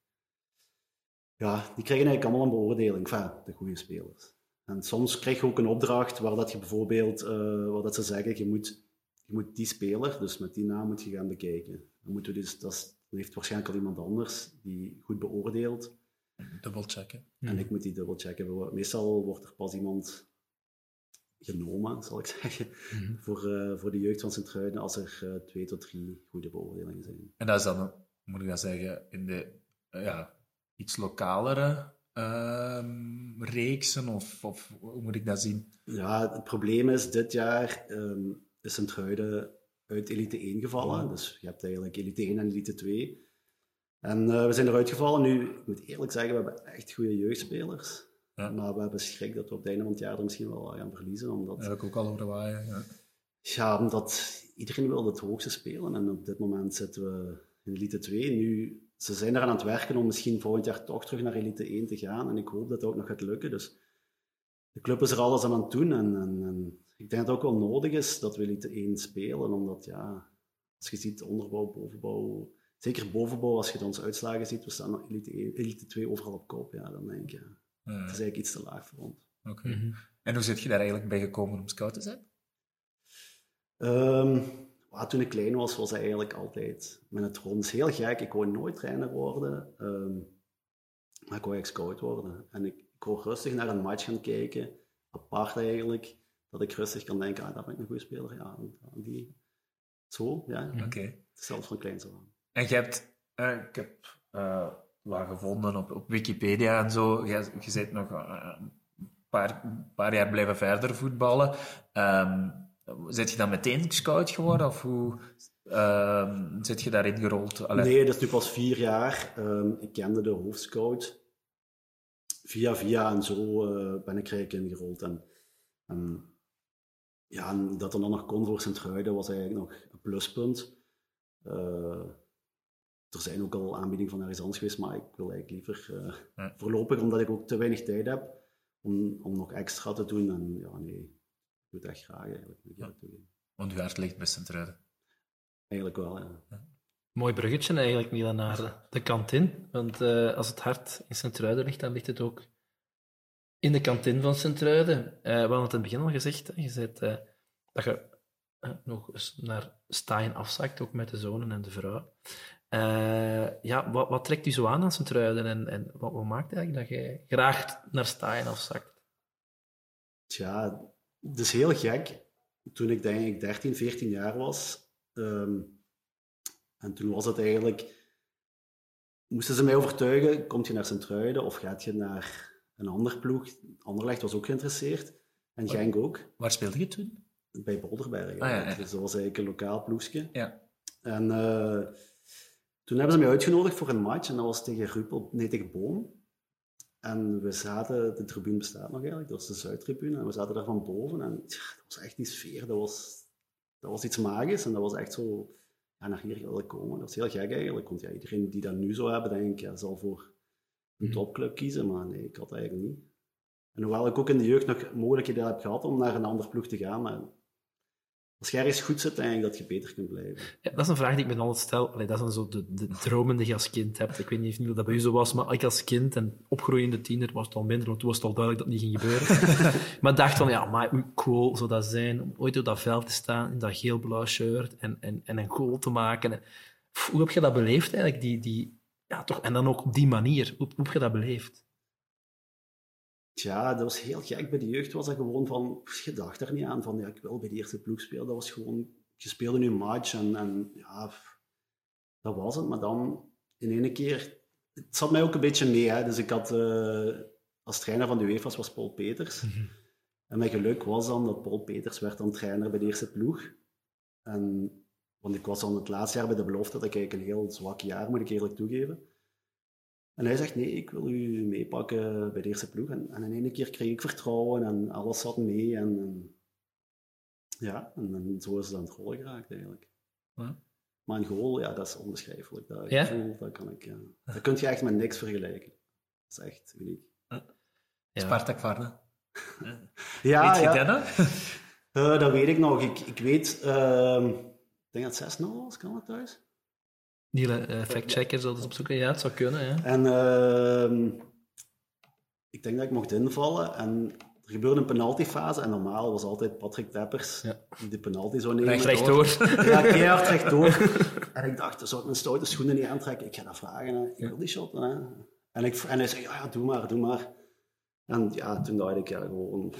Ja, die krijgen eigenlijk allemaal een beoordeling, enfin, de goede spelers. En soms krijg je ook een opdracht waar dat je bijvoorbeeld, uh, waar dat ze zeggen, je moet, je moet die speler, dus met die naam moet je gaan bekijken. Dan, moeten we dus, dat, is, dan heeft waarschijnlijk al iemand anders die goed beoordeelt. Dubbelchecken. En ik moet die dubbelchecken. Meestal wordt er pas iemand genomen, zal ik zeggen, mm-hmm. voor, uh, voor de jeugd van Sint-Truiden als er uh, twee tot drie goede beoordelingen zijn. En dat is dan, moet ik dat zeggen, in de uh, ja, iets lokalere uh, reeksen, of, of hoe moet ik dat zien? Ja, het probleem is, dit jaar um, is Sint-Truiden uit elite één gevallen. Mm. Dus je hebt eigenlijk elite één en elite twee. En uh, we zijn eruit gevallen. Nu, ik moet eerlijk zeggen, we hebben echt goede jeugdspelers. Ja. Maar we hebben schrik dat we op het einde van het jaar er misschien wel gaan verliezen. Omdat, dat heb ik ook al horen waaien. Ja. ja, omdat iedereen wil het hoogste spelen. En op dit moment zitten we in elite twee. Nu, ze zijn eraan aan het werken om misschien volgend jaar toch terug naar elite één te gaan. En ik hoop dat dat ook nog gaat lukken. Dus de club is er alles aan aan het doen. En, en, en ik denk dat het ook wel nodig is dat we elite één spelen. Omdat, ja, als je ziet onderbouw, bovenbouw... Zeker bovenbouw, als je onze uitslagen ziet, we staan nog elite, één, elite twee overal op kop. Ja, dan denk ik, ja, ja. Het is eigenlijk iets te laag voor ons. Okay. Mm-hmm. En hoe zit je daar eigenlijk bij gekomen om scout te zijn? Um, well, toen ik klein was, was hij eigenlijk altijd mijn droom. Het is heel gek, ik wou nooit trainer worden, um, maar ik wou eigenlijk scout worden. En ik, ik wou rustig naar een match gaan kijken, apart eigenlijk, dat ik rustig kan denken, ah, daar ben ik een goede speler, ja, die... Zo, ja. Oké. Okay. Zelfs van kleins af aan. En je hebt, uh, ik heb uh, wat gevonden op, op Wikipedia en zo, je, je bent nog uh, een paar, paar jaar blijven verder voetballen. Um, zit je dan meteen scout geworden, of hoe uh, zit je daarin gerold? Allee. Nee, dat is nu pas vier jaar. Um, ik kende de hoofdscout. Via via en zo uh, ben ik eigenlijk ingerold. En, en, ja, en dat er dan nog kon voor Sint-Truiden was eigenlijk nog een pluspunt. Uh, er zijn ook al aanbiedingen van ergens anders geweest, maar ik wil eigenlijk liever uh, ja. voorlopig, omdat ik ook te weinig tijd heb, om, om nog extra te doen. En ja, nee, ik doe het echt graag eigenlijk. Ja. Want uw hart ligt bij Sint-Truiden? Eigenlijk wel, ja. ja. Mooi bruggetje eigenlijk, Milan, naar de, de kantine. Want uh, als het hart in Sint-Truiden ligt, dan ligt het ook in de kantine van Sint-Truiden. Uh, we hadden het in het begin al gezegd, hè. Je zei uh, dat je uh, nog eens naar Staaien afzakt, ook met de zonen en de vrouw. Uh, ja, wat, wat trekt u zo aan aan Sint-Truiden en, en wat, wat maakt eigenlijk dat je graag naar Staaien afzakt? Tja, het is heel gek. Toen ik denk ik dertien, veertien jaar was, um, en toen was het eigenlijk, moesten ze mij overtuigen, kom je naar Sint-Truiden of gaat je naar een ander ploeg? Anderlecht was ook geïnteresseerd en waar, Genk ook. Waar speelde je toen? Bij Bolderberg. Ah, ja, ja. Dus dat was eigenlijk een lokaal ploegje. Ja. En uh, toen hebben ze mij uitgenodigd voor een match en dat was tegen Ruppel, nee, tegen Boom. En we zaten, de tribune bestaat nog eigenlijk, dat was de Zuidtribune, en we zaten daar van boven en tja, dat was echt die sfeer, dat was, dat was iets magisch en dat was echt zo, ja, naar hier willen komen. Dat is heel gek eigenlijk, want ja, iedereen die dat nu zou hebben, denk ik, ja, zal voor een topclub kiezen, maar nee, ik had dat eigenlijk niet. En hoewel ik ook in de jeugd nog mogelijkheden heb gehad om naar een andere ploeg te gaan, maar als je ergens goed zit, denk ik dat je beter kunt blijven. Ja, dat is een vraag die ik me altijd stel. Allee, dat zijn zo de, de dromen die je als kind hebt. Ik weet niet of dat bij u zo was, maar ik als kind en opgroeiende tiener was het al minder, want toen was het al duidelijk dat het niet ging gebeuren. Maar ik dacht van, ja, maar hoe cool zou dat zijn om ooit op dat veld te staan, in dat geel-blauw shirt en, en, en een goal te maken. En, pff, hoe heb je dat beleefd eigenlijk? Die, die, ja, toch, en dan ook op die manier. Hoe, hoe heb je dat beleefd? Tja, dat was heel gek. Bij de jeugd was dat gewoon van... Je dacht er niet aan van, ja, ik wil bij de eerste ploeg spelen. Dat was gewoon... Je speelde nu een match en, en ja... Dat was het. Maar dan, in één keer... Het zat mij ook een beetje mee, hè. Dus ik had... Uh, als trainer van de UEFA's was Paul Peters. Mm-hmm. En mijn geluk was dan dat Paul Peters werd dan trainer bij de eerste ploeg. En... Want ik was dan het laatste jaar bij de belofte. Dat ik eigenlijk een heel zwak jaar, moet ik eerlijk toegeven. En hij zegt, nee, ik wil u meepakken bij de eerste ploeg. En, en in één keer kreeg ik vertrouwen en alles zat mee. En, en ja, en, en zo is het aan het rollen geraakt eigenlijk. Ja. Maar een goal, ja, dat is onbeschrijfelijk. Dat ja? gevoel, dat kan ik, ja. Dat kun je echt met niks vergelijken. Dat is echt uniek. Ja. Spartak Varna. Ja, weet je ja. dat nog? Uh, dat weet ik nog. Ik, ik weet, uh, ik denk dat het zes nul was, kan dat thuis? Die uh, fact-checker zal dus opzoeken. Ja, het zou kunnen, ja. En uh, ik denk dat ik mocht invallen en er gebeurde een penaltyfase en normaal was altijd Patrick Teppers ja. die de penalty zou nemen. Recht rechtdoor. Ja, keihard rechtdoor. En ik dacht, zou ik mijn stoute schoenen niet aantrekken? Ik ga dat vragen, hè. Ik wil die shotten, hè. En, ik, en hij zei, ja, ja, doe maar, doe maar. En ja, toen dacht ik, ja, gewoon...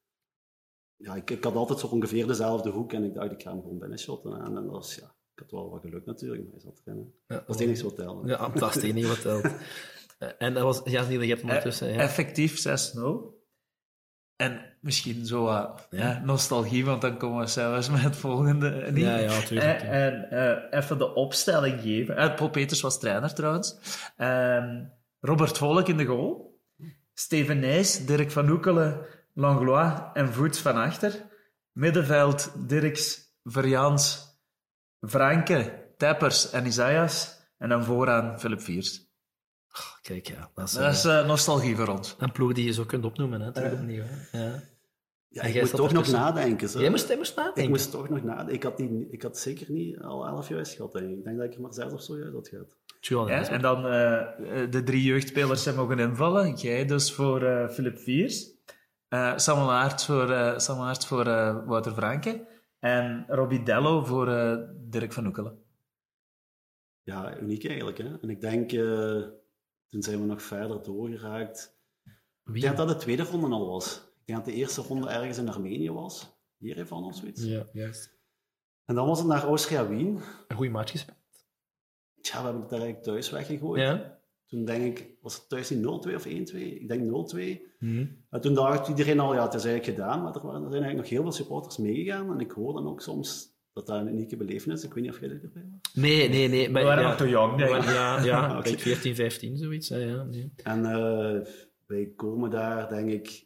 Ja, ik, ik had altijd zo ongeveer dezelfde hoek en ik dacht, ik ga hem gewoon binnenshotten. En, en dat was, ja, ik had wel wat geluk natuurlijk, maar hij zat erin. Hè. Ja, dat is het enige wat telde. Ja, dat is het enige wat telt. En dat was... Ja, Niel, je hebt ondertussen... Ja. Effectief zes nul. En misschien zo wat ja, nostalgie, want dan komen we zelfs met het volgende. Niet? Ja, ja, natuurlijk. En, en uh, even de opstelling geven. Uh, Paul Peters was trainer trouwens. Um, Robert Volk in de goal. Steven Nijs, Dirk van Oekelen, Langlois en Voets van achter. Middenveld, Dirks, Verjaans, Franke, Teppers en Isaias. En dan vooraan Philip Viers. Oh, kijk, ja. Dat is, dat is uh, nostalgie voor ons. Een ploeg die je zo kunt opnoemen, hè, terug opnieuw. Hè. Ja. Ja, ik moest toch nog nadenken. Zo. Jij moest, jij moest nadenken? Ik moest toch nog nadenken. Ik had, die, ik had zeker niet al elf juist gehad. Denk ik. ik denk dat ik er maar zes of zo juist had gehad. Ja, en dan uh, de drie jeugdspelers zijn mogen invallen. Jij dus voor uh, Philip Viers. Uh, Samuel Aerts voor, uh, Samuel Aerts voor uh, Wouter Franke. En Robbie Dello voor uh, Dirk van Oekelen. Ja, uniek eigenlijk. Hè? En ik denk, uh, toen zijn we nog verder doorgeraakt. Wie? Ik denk dat dat de tweede ronde al was. Ik denk dat de eerste ronde ergens in Armenië was. Yerevan of zoiets. Ja, juist. En dan was het naar Austria-Wien. Een goede match gespeeld. Ja, we hebben het daar eigenlijk thuis weggegooid. Ja. Toen denk ik, was het thuis niet nul twee of één twee? Ik denk nul twee. Mm-hmm. En toen dacht iedereen al, ja, het is eigenlijk gedaan. Maar er, waren, er zijn eigenlijk nog heel veel supporters meegegaan. En ik hoor dan ook soms dat dat een unieke belevenis is. Ik weet niet of jij erbij was. Nee, nee, nee. Maar, we waren ja, nog te jong, denk ik. Ja, ja okay. veertien, vijftien, zoiets. Hè, ja, nee. En uh, wij komen daar, denk ik...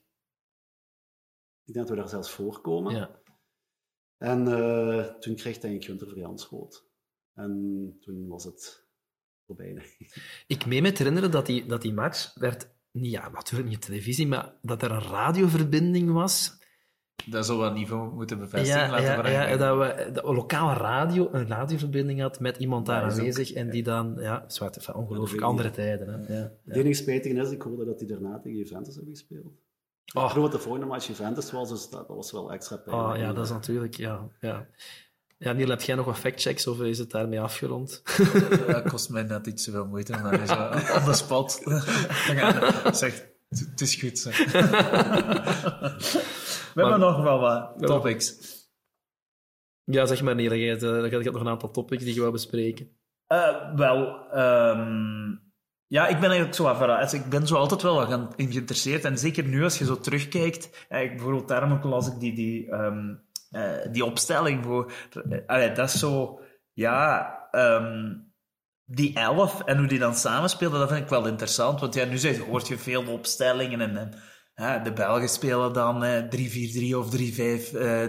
Ik denk dat we daar zelfs voor komen. Ja. En uh, toen kreeg denk ik Gunther Verjans rood. En toen was het voorbij. Ik meen me te herinneren dat die, dat die match werd... Niet, ja, natuurlijk niet op televisie, maar dat er een radioverbinding was. Dat zou wat niveau moeten bevestigen. Ja, laten ja, we ja dat we dat een lokale radio, een radioverbinding had met iemand daar ja, aanwezig ook, en die dan... Ja, zwart, enfin, ongelooflijk andere tijden. Hè. Ja, ja. Het enige spijtige is, ik hoorde dat hij daarna tegen Juventus hebben gespeeld. Oh. Ik geloof dat de volgende match Juventus was, dus dat, dat was wel extra pijnlijk. Oh ja, dat is natuurlijk... Ja, ja. Ja, Niel, heb jij nog wat factchecks of is het daarmee afgerond? Dat kost mij net iets zoveel moeite om daar zo on the spot te gaan. Zeg, het is goed, zeg. We maar, hebben nog wel wat topics. Ja, zeg maar, Niel, je had nog een aantal topics die je wou bespreken. Uh, wel, um, ja, ik ben eigenlijk zo verrast. Ik ben zo altijd wel gaan geïnteresseerd. En zeker nu, als je zo terugkijkt, bijvoorbeeld daarom ook las ik die... die um, Uh, die opstelling voor... Uh, allee, dat is zo... Ja... Um, die elf en hoe die dan samenspeelden, dat vind ik wel interessant. Want ja, nu zeg, hoort je veel opstellingen en... en uh, de Belgen spelen dan uh, drie vier drie of drie vijf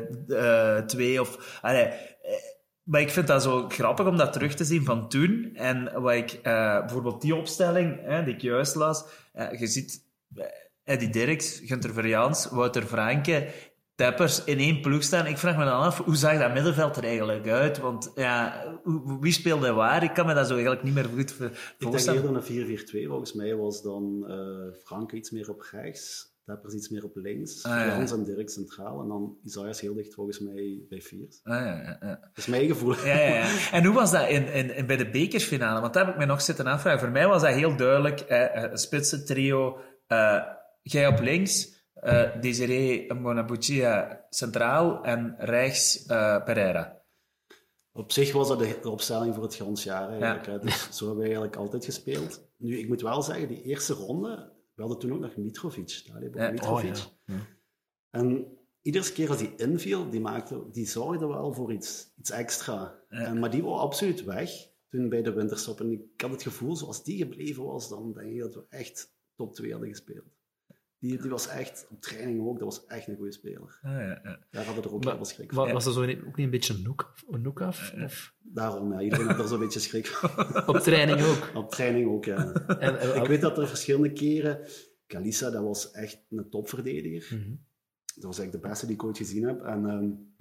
twee of... Allee, uh, maar ik vind dat zo grappig om dat terug te zien van toen. En wat ik... Uh, bijvoorbeeld die opstelling, uh, die ik juist las... Uh, je ziet... Uh, Eddie Dirks, Gunther Verjaans, Wouter Franke... Teppers in één ploeg staan. Ik vraag me dan af, hoe zag dat middenveld er eigenlijk uit? Want ja, wie speelde waar? Ik kan me dat zo eigenlijk niet meer goed voorstellen. Ik denk eerder een vier vier twee. Volgens mij was dan uh, Franke iets meer op rechts, Teppers iets meer op links, ah, Jans ja. en Dirk centraal en dan Isaias heel dicht volgens mij bij Viers. Ah, ja, ja, ja. Dat is mijn gevoel. Ja, ja, ja. En hoe was dat in, in, in bij de bekersfinale? Want daar heb ik me nog zitten afvragen. Voor mij was dat heel duidelijk. Eh, een spitse trio. Uh, jij op links... Uh, Desiree Mbonabutia centraal en rechts uh, Pereira. Op zich was dat de, de opstelling voor het gans jaar eigenlijk. Ja. Hè. Dus zo hebben we eigenlijk altijd gespeeld. Nu, ik moet wel zeggen, die eerste ronde, we hadden toen ook nog Mitrovic. Ja. Mitrovic. Oh, ja. Ja. En iedere keer als hij inviel, die, maakte, die zorgde wel voor iets, iets extra. Ja. En, maar die was absoluut weg toen bij de winterstop. En ik had het gevoel, zoals die gebleven was, dan denk ik dat we echt top twee hadden gespeeld. Die, die was echt, op training ook, dat was echt een goede speler. Ah, ja, ja. Daar hadden we er ook maar, heel veel schrik van. Was er zo ook niet een beetje een noek, een noek af? Of? Daarom, ja. Iedereen had er zo'n beetje schrik van. Op training ook? Op training ook, ja. En, en, ik weet dat er verschillende keren... Kalisa, dat was echt een topverdediger. Mm-hmm. Dat was eigenlijk de beste die ik ooit gezien heb. En um,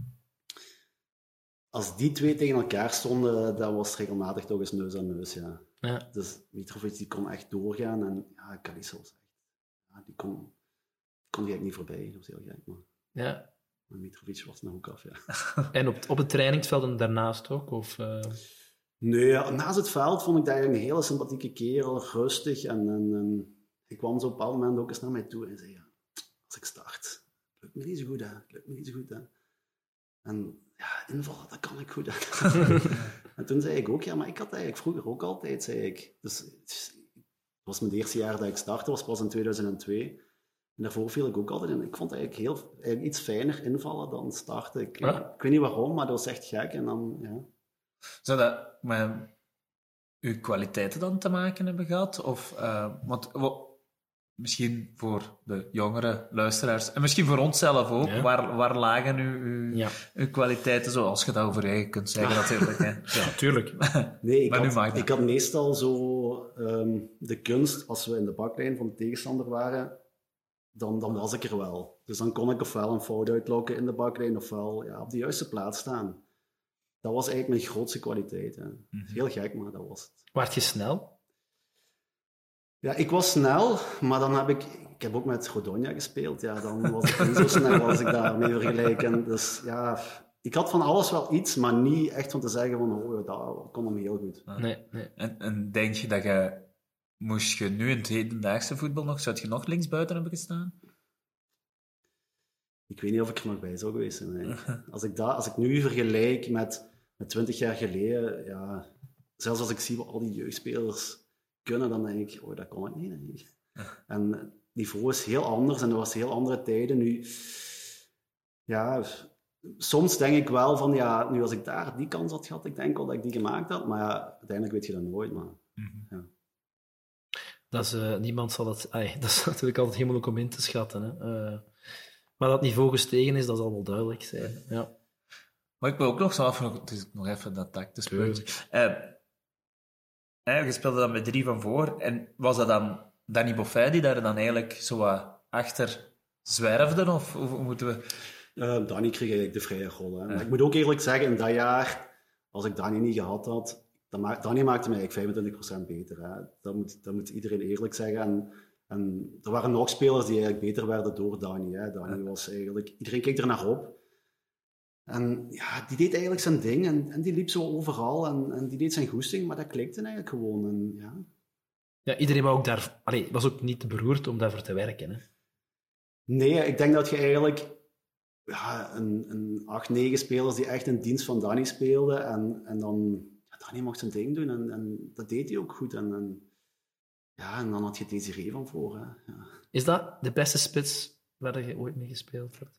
als die twee tegen elkaar stonden, dat was regelmatig toch eens neus aan neus, ja. ja. Dus Mitrovic die kon echt doorgaan. En ja, Kalisa was echt... Ja, die kon, die kon die eigenlijk niet voorbij. Dat was heel gek, maar... Ja. Maar Mitrovic was een hoek af, ja. En op, op het trainingsveld en daarnaast ook? Of, uh... Nee, ja, naast het veld vond ik dat eigenlijk een hele sympathieke kerel, rustig. En, en, en ik kwam zo op een bepaald moment ook eens naar mij toe en zei, ja, als ik start, lukt me niet zo goed, hè. Lukt me niet zo goed, hè. En ja, invallen, dat kan ik goed, hè. En toen zei ik ook, ja, maar ik had eigenlijk vroeger ook altijd, zei ik. Dus het was mijn eerste jaar dat ik startte, was pas in tweeduizend twee. En daarvoor viel ik ook altijd in. Ik vond eigenlijk, heel, eigenlijk iets fijner invallen dan starten. Ik, Ja. ik weet niet waarom, maar dat was echt gek. En dan, ja... Zou dat met uw kwaliteiten dan te maken hebben gehad? Of, uh, want wat, misschien voor de jongere luisteraars, en misschien voor onszelf ook, Ja. waar, waar lagen uw, uw, Ja. uw kwaliteiten, zoals je dat over eigen kunt zeggen natuurlijk. Hè. Ja, tuurlijk. Nee, ik Maar nu had, mag dat. ik had meestal zo um, de kunst, als we in de baklijn van de tegenstander waren, dan, dan was ik er wel. Dus dan kon ik ofwel een fout uitlokken in de baklijn, ofwel ja, op de juiste plaats staan. Dat was eigenlijk mijn grootste kwaliteit. Hè. Mm-hmm. Heel gek, maar dat was het. Waart je snel? Ja, ik was snel, maar dan heb ik... Ik heb ook met Rodonja gespeeld. Ja, dan was ik niet zo snel als ik daarmee vergelijk. En dus ja, ik had van alles wel iets, maar niet echt van te zeggen van, oh, dat kon hem heel goed. Nee, nee. En, en denk je dat je, moest je nu in het hedendaagse voetbal nog, zou je nog linksbuiten hebben gestaan? Ik weet niet of ik er nog bij zou geweest zijn. Eigenlijk. Als ik, dat, als ik nu vergelijk met, met twintig jaar geleden, ja, zelfs als ik zie wat al die jeugdspelers kunnen, dan denk ik, oh, dat kon ik niet, denk ik. En het niveau is heel anders en er was heel andere tijden. Nu, ja, soms denk ik wel van, ja, nu als ik daar die kans had gehad, ik denk wel dat ik die gemaakt had, maar ja, uiteindelijk weet je dat nooit, maar... Mm-hmm. Ja. Dat is, uh, niemand zal het... Ay, dat is natuurlijk altijd heel moeilijk om in te schatten. Hè. Uh, maar dat het niveau gestegen is, dat zal wel duidelijk zijn. Ja. Maar ik wil ook nog zo af, het is nog even dat tactisch puntje. Uh, eh, je speelde dan met drie van voor, en was dat dan Danny Boffay die daar dan eigenlijk zo wat achter zwerfde, of hoe moeten we... Uh, Danny kreeg eigenlijk de vrije rol. Hè. Maar ik moet ook eerlijk zeggen, in dat jaar, als ik Danny niet gehad had, dan ma- Danny maakte mij eigenlijk vijfentwintig procent beter. Hè. Dat, moet, dat moet iedereen eerlijk zeggen. En, en er waren nog spelers die eigenlijk beter werden door Danny. Hè. Danny was eigenlijk... Iedereen keek er naar op. En ja, die deed eigenlijk zijn ding en, en die liep zo overal en, en die deed zijn goesting, maar dat klikte eigenlijk gewoon. En, ja. Ja, iedereen was ook daar... Allee, was ook niet te beroerd om daarvoor te werken. Hè. Nee, ik denk dat je eigenlijk... Ja, een, een acht, negen spelers die echt in dienst van Danny speelden. En, en dan... Ja, Danny mocht zijn ding doen en, en dat deed hij ook goed. En, en, ja, en dan had je Desiree van voor. Hè. Ja. Is dat de beste spits waar je ooit mee gespeeld hebt?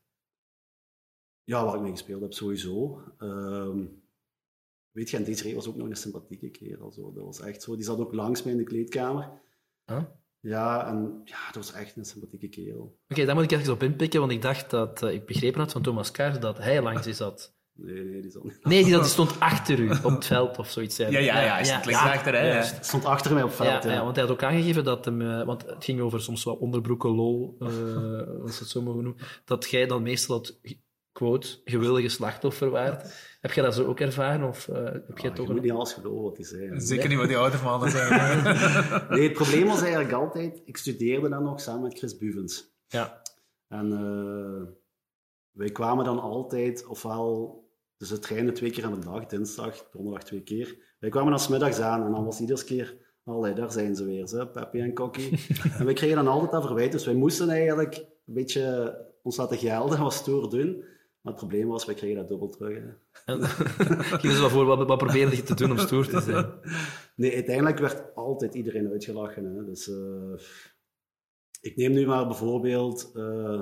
Ja, waar ik mee gespeeld heb, sowieso. Um, weet je, en Desiree was ook nog een sympathieke kerel. Zo. Dat was echt zo. Die zat ook langs mij in de kleedkamer. Huh? Ja, en ja, dat was echt een sympathieke kerel. Oké, okay, daar moet ik even op inpikken, want ik dacht dat uh, ik begrepen had van Thomas Kaars dat hij langs je zat. Nee, nee, die zat niet. Nee, die, die stond achter u op het veld of zoiets. Ja, ja, ja, ja, hij stond ja, achter, hè. Ja, stond achter mij op het veld, ja, ja. ja. Want hij had ook aangegeven dat hem... Uh, want het ging over soms wel onderbroeken lol, uh, als het zo mogen noemen, dat jij dan meestal het, quote, gewillige slachtoffer waart. Heb jij dat zo ook ervaren? Of uh, heb jij ah, toch je een... moet niet alles geloven wat hij zei. Zeker nee. Niet wat die oude mannen zijn. Nee, het probleem was eigenlijk altijd... Ik studeerde dan nog samen met Chris Buvens. Ja. En uh, wij kwamen dan altijd, ofwel... Dus we trainen twee keer aan de dag, dinsdag, donderdag twee keer. Wij kwamen dan 's middags aan en dan was iedere keer... Allee, daar zijn ze weer, zo, Peppy en Kokkie. En wij kregen dan altijd dat verwijt. Dus wij moesten eigenlijk een beetje ons laten gelden, wat stoer doen. Maar het probleem was, wij kregen dat dubbel terug. Hè. Geef eens wat voor, wat, wat probeerde je te doen om stoer te zijn? Nee, uiteindelijk werd altijd iedereen uitgelachen. Hè. Dus, uh, ik neem nu maar bijvoorbeeld... Uh,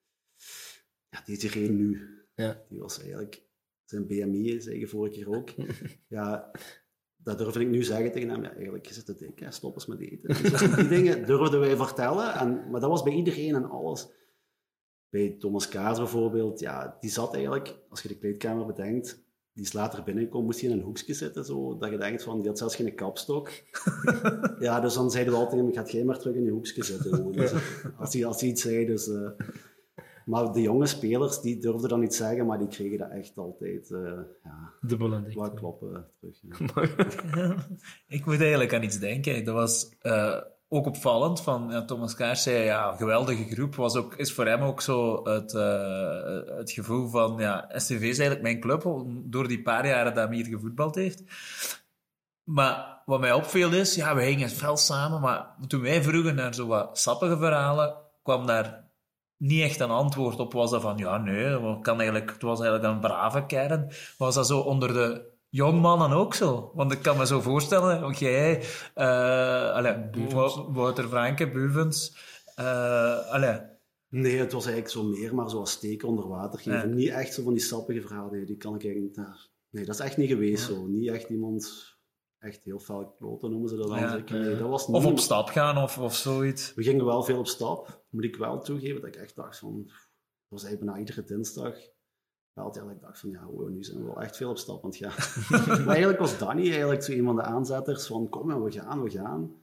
ja, Desiree nu. Ja. Die was eigenlijk... Zijn B M I, zei je vorige keer ook. Ja, dat durf ik nu zeggen tegen hem. Ja, eigenlijk is het te dik, hè. Stop eens met eten. Dus die dingen durfden wij vertellen. En, maar dat was bij iedereen en alles. Bij Thomas Kaars bijvoorbeeld, ja, die zat eigenlijk, als je de kleedkamer bedenkt, die is later binnengekomen, moest hij in een hoekje zitten, zo, dat je denkt van, die had zelfs geen kapstok. Ja, dus dan zeiden we altijd tegen hem, gaat jij maar terug in je hoekje zitten. Dus, als, hij, als hij iets zei, dus... Uh, maar de jonge spelers, die durfden dan niet zeggen, maar die kregen dat echt altijd, uh, ja, dubbel en dik. Wat kloppen terug. Ja. Ik moet eigenlijk aan iets denken. Dat was... Uh, ook opvallend van ja, Thomas Kaars zei, ja, geweldige groep, was ook, is voor hem ook zo het, uh, het gevoel van, ja, S T V is eigenlijk mijn club, door die paar jaren dat hij hier gevoetbald heeft. Maar wat mij opviel is, ja, we gingen fel samen, maar toen wij vroegen naar zo wat sappige verhalen, kwam daar niet echt een antwoord op. Was dat van, ja, nee, wat kan eigenlijk, het was eigenlijk een brave kern. Was dat zo onder de jongmannen ook zo? Want ik kan me zo voorstellen, jij, uh, allez, Wouter Franke, Buvens, uh, allez. Nee, het was eigenlijk zo meer, maar zoals steken onder water geven. Ja. Niet echt zo van die sappige verhalen, nee, die kan ik eigenlijk niet... Nee, dat is echt niet geweest ja. zo. Niet echt iemand... Echt heel fel kloten noemen ze dat dan. Ja, nee, dat was niet... Of op stap gaan, of, of zoiets. We gingen wel veel op stap. Moet ik wel toegeven dat ik echt dacht van... Het was eigenlijk bijna iedere dinsdag. Wel, dat ik dacht van, ja, wow, nu zijn we wel echt veel op stap aan het gaan. Maar eigenlijk was Danny eigenlijk zo een van de aanzetters van, kom, ja, we gaan, we gaan.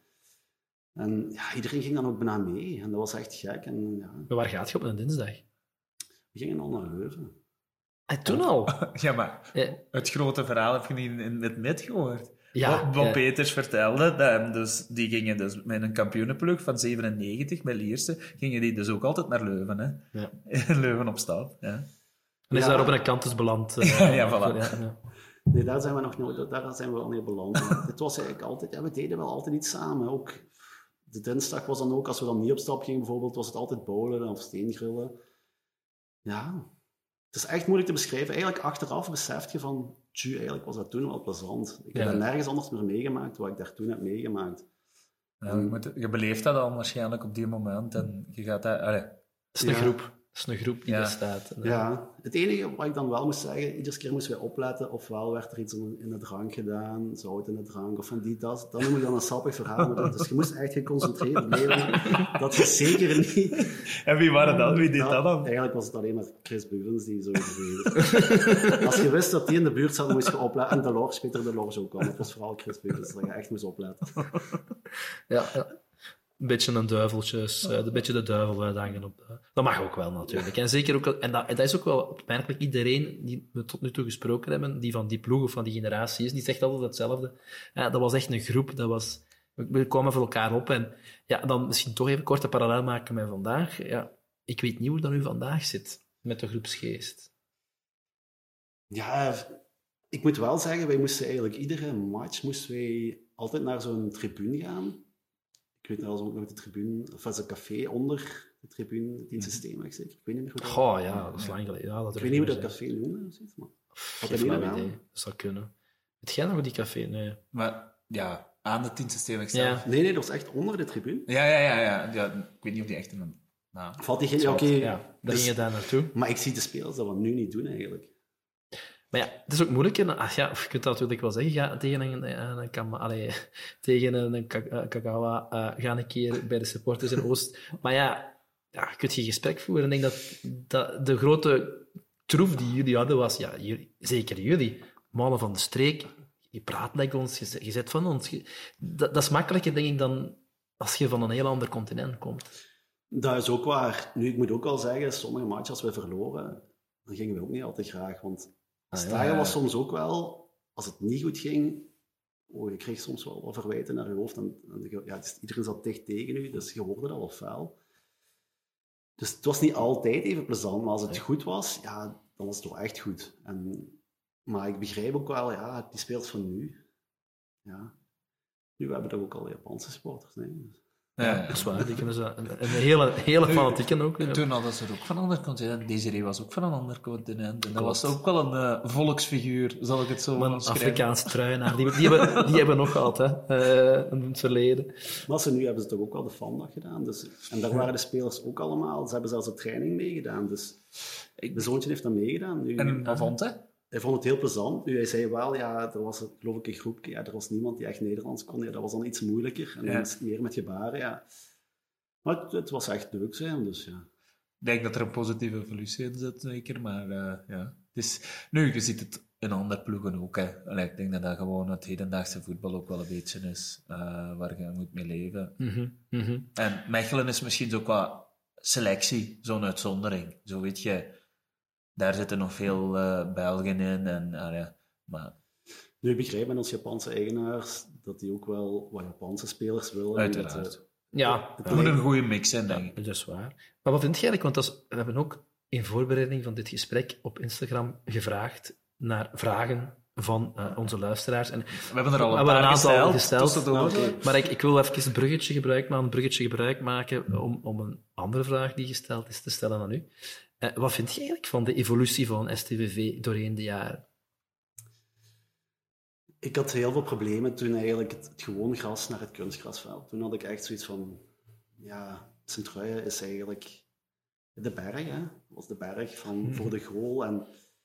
En ja, iedereen ging dan ook bijna mee. En dat was echt gek. En, ja. Maar waar gaat je op een dinsdag? We gingen al naar Leuven. En toen al? Ja, maar ja. Het grote verhaal heb je niet in het net gehoord. Ja, wat wat ja. Peters vertelde, dat, dus, die gingen dus met een kampioenenploeg van zevenennegentig, bij Lierse, gingen die dus ook altijd naar Leuven. Hè? Ja. Leuven op stap. Ja. En is ja. daar op een kant dus beland. Uh, ja, ja, voilà. Ja, ja. Nee, daar zijn we nog nooit, daar zijn we wel niet beland. Het was eigenlijk altijd, ja, we deden wel altijd iets samen. Ook de dinsdag was dan ook, als we dan niet op stap gingen bijvoorbeeld, was het altijd bowlen of steengrillen. Ja, het is echt moeilijk te beschrijven. Eigenlijk achteraf besef je van, tju, eigenlijk was dat toen wel plezant. Ik heb ja. dat nergens anders meer meegemaakt, wat ik daar toen heb meegemaakt. Ja, je, moet, je beleeft dat dan waarschijnlijk op die moment en je gaat daar... Allee. Het is een ja. groep. Het is een groep die ja. bestaat. Ja, het enige wat ik dan wel moest zeggen, iedere keer moesten wij opletten, ofwel werd er iets in de drank gedaan, zout in de drank, of van die, dat. Dan noem ik dan een sappig verhaal. Dus je moest echt geconcentreerd blijven. Dat is zeker niet... En wie waren dat? Wie deed dat, dat dan? Eigenlijk was het alleen maar Chris Buvens die zo deed. Als je wist dat die in de buurt zat, moest je opletten. En de Lors, Peter de Lors ook al. Het was vooral Chris Buvens, dat je echt moest opletten. Ja, ja. Een beetje een duiveltjes, uh, een beetje de duivel uithangen op. Uh, dat mag ook wel, natuurlijk. En zeker ook, en dat, en dat is ook wel opmerkelijk. Iedereen die we tot nu toe gesproken hebben, die van die ploeg of van die generatie is, die zegt altijd hetzelfde. Ja, dat was echt een groep, dat was, we kwamen voor elkaar op. En ja, dan misschien toch even korte parallel maken met vandaag. Ja, ik weet niet hoe dat nu vandaag zit, met de groepsgeest. Ja, ik moet wel zeggen, wij moesten eigenlijk iedere match moesten wij altijd naar zo'n tribune gaan. Ik weet trouwens ook nog de tribune, of was een café onder de tribune, het in systeem, ik zeker. Ik weet niet meer hoe dat... Goh, ja, dat is lang geleden. Ja, dat ik weet niet hoe dat café noemde, of zoiets, maar... Geen flauw idee, dat zou kunnen. Weet jij nog die café? Nee. Maar, ja, aan het dienstsysteem zelf. Ja. Nee, nee, dat was echt onder de tribune. Ja, ja, ja, ja. ja ik weet niet of die echt in een... Nou, Valt die geen... Ja, oké. Okay. Ja, daar dus, ging je daar naartoe. Maar ik zie de spelers dat we nu niet doen, eigenlijk. Maar ja, het is ook moeilijk. En, ach ja, je kunt dat natuurlijk wel zeggen. Ja, tegen een, een, een, een, allee, tegen een, een Kagawa uh, gaan een keer bij de supporters in Oost. Maar ja, ja, je kunt geen gesprek voeren. En ik denk dat, dat de grote troef die jullie hadden was... Ja, jullie, zeker jullie, mannen van de streek. Je praat met ons, je, je zet van ons. Je, dat, dat is makkelijker, denk ik, dan als je van een heel ander continent komt. Dat is ook waar. Nu, ik moet ook wel zeggen, sommige matches als we verloren, dan gingen we ook niet altijd graag. Want het stijgen ah, ja. was soms ook wel, als het niet goed ging, oh, je kreeg soms wel wat verwijten naar je hoofd. En, en, ja, dus iedereen zat dicht tegen je, dus je hoorde dat wel fel. Dus het was niet altijd even plezant, maar als het goed was, ja, dan was het toch echt goed. En, maar ik begrijp ook wel, ja, die speelt van nu. Ja. Nu we hebben toch ook al Japanse supporters, nee. Ja, ja, dat is waar. Die kunnen ze een, een hele, hele fanatieke ook. Ja. Toen hadden ze er ook van een ander continent. Desiree was ook van een ander continent. En dat was ook wel een uh, volksfiguur, zal ik het zo maar een Afrikaanse truienaar. Die, die, hebben, die hebben nog gehad, hè. Uh, in het verleden. Maar ze, nu hebben ze toch ook wel de fandag gedaan. Dus, en daar waren de spelers ook allemaal. Ze hebben zelfs de training meegedaan. Dus de zoontje heeft dat meegedaan. Nu, en wat vond hij? Hij vond het heel plezant. Nu, hij zei wel, ja, er was geloof ik een groepje, ja, er was niemand die echt Nederlands kon. Ja, dat was dan iets moeilijker. En dan ja. is het meer met gebaren, ja. Maar het, het was echt leuk zijn, dus ja. Ik denk dat er een positieve evolutie in zit, zeker. Maar uh, ja, het is... Nu, je ziet het in andere ploegen ook, hè. Allee, ik denk dat dat gewoon het hedendaagse voetbal ook wel een beetje is, uh, waar je moet mee leven. Mm-hmm. Mm-hmm. En Mechelen is misschien zo qua selectie, zo'n uitzondering. Zo weet je... Daar zitten nog veel uh, Belgen in. En, uh, ja, maar... Nu, ik begrijp met onze Japanse eigenaars dat die ook wel wat Japanse spelers willen. Uiteraard. Dat, uh, ja, het ja. moet een goede mix zijn, denk ik. Ja, dat is waar. Maar wat vind jij eigenlijk? Want dat is, we hebben ook in voorbereiding van dit gesprek op Instagram gevraagd naar vragen van uh, onze luisteraars. En we hebben er al een we paar een aantal gesteld. gesteld Okay. Maar ik, ik wil even een bruggetje gebruik maken, een bruggetje gebruik maken om, om een andere vraag die gesteld is te stellen aan u. Uh, wat vind je eigenlijk van de evolutie van S T V V doorheen de jaren? Ik had heel veel problemen toen eigenlijk het, het gewoon gras naar het kunstgrasveld. Toen had ik echt zoiets van, ja, Sint-Truijen is eigenlijk de berg, hè. Dat was de berg van, hmm. voor de goal. En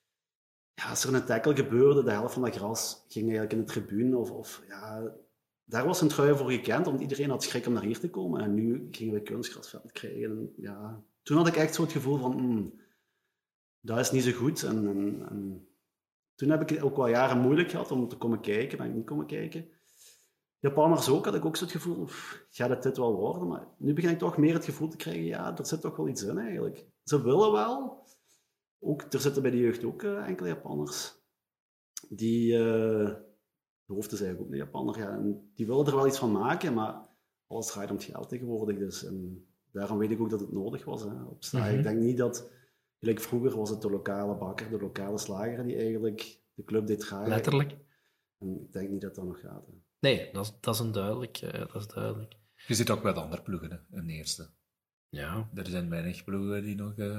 ja, als er een tackle gebeurde, de helft van dat gras ging eigenlijk in de tribune. Of, of, ja, daar was Sint-Truijen voor gekend, want iedereen had schrik om naar hier te komen. En nu gingen we kunstgrasveld krijgen. En, ja, toen had ik echt zo het gevoel van, hmm, dat is niet zo goed. En, en, en toen heb ik het ook wel jaren moeilijk gehad om te komen kijken, ben ik niet komen kijken. Japanners ook, had ik ook zo het gevoel, of, gaat het dit wel worden? Maar nu begin ik toch meer het gevoel te krijgen, ja, er zit toch wel iets in eigenlijk. Ze willen wel. Ook, er zitten bij de jeugd ook uh, enkele Japanners. Die, uh, de hoofd is eigenlijk ook een Japanner, ja, en die willen er wel iets van maken, maar alles draait om het geld tegenwoordig. Dus, en daarom weet ik ook dat het nodig was. Hè, op mm-hmm. Ik denk niet dat, gelijk vroeger was het de lokale bakker, de lokale slager die eigenlijk de club deed draaien. Letterlijk. En ik denk niet dat dat nog gaat. Hè. Nee, dat is, dat is een duidelijk, uh, dat is duidelijk. Je zit ook bij de andere ploegen, hè, in de eerste. Ja. Er zijn weinig ploegen die nog uh,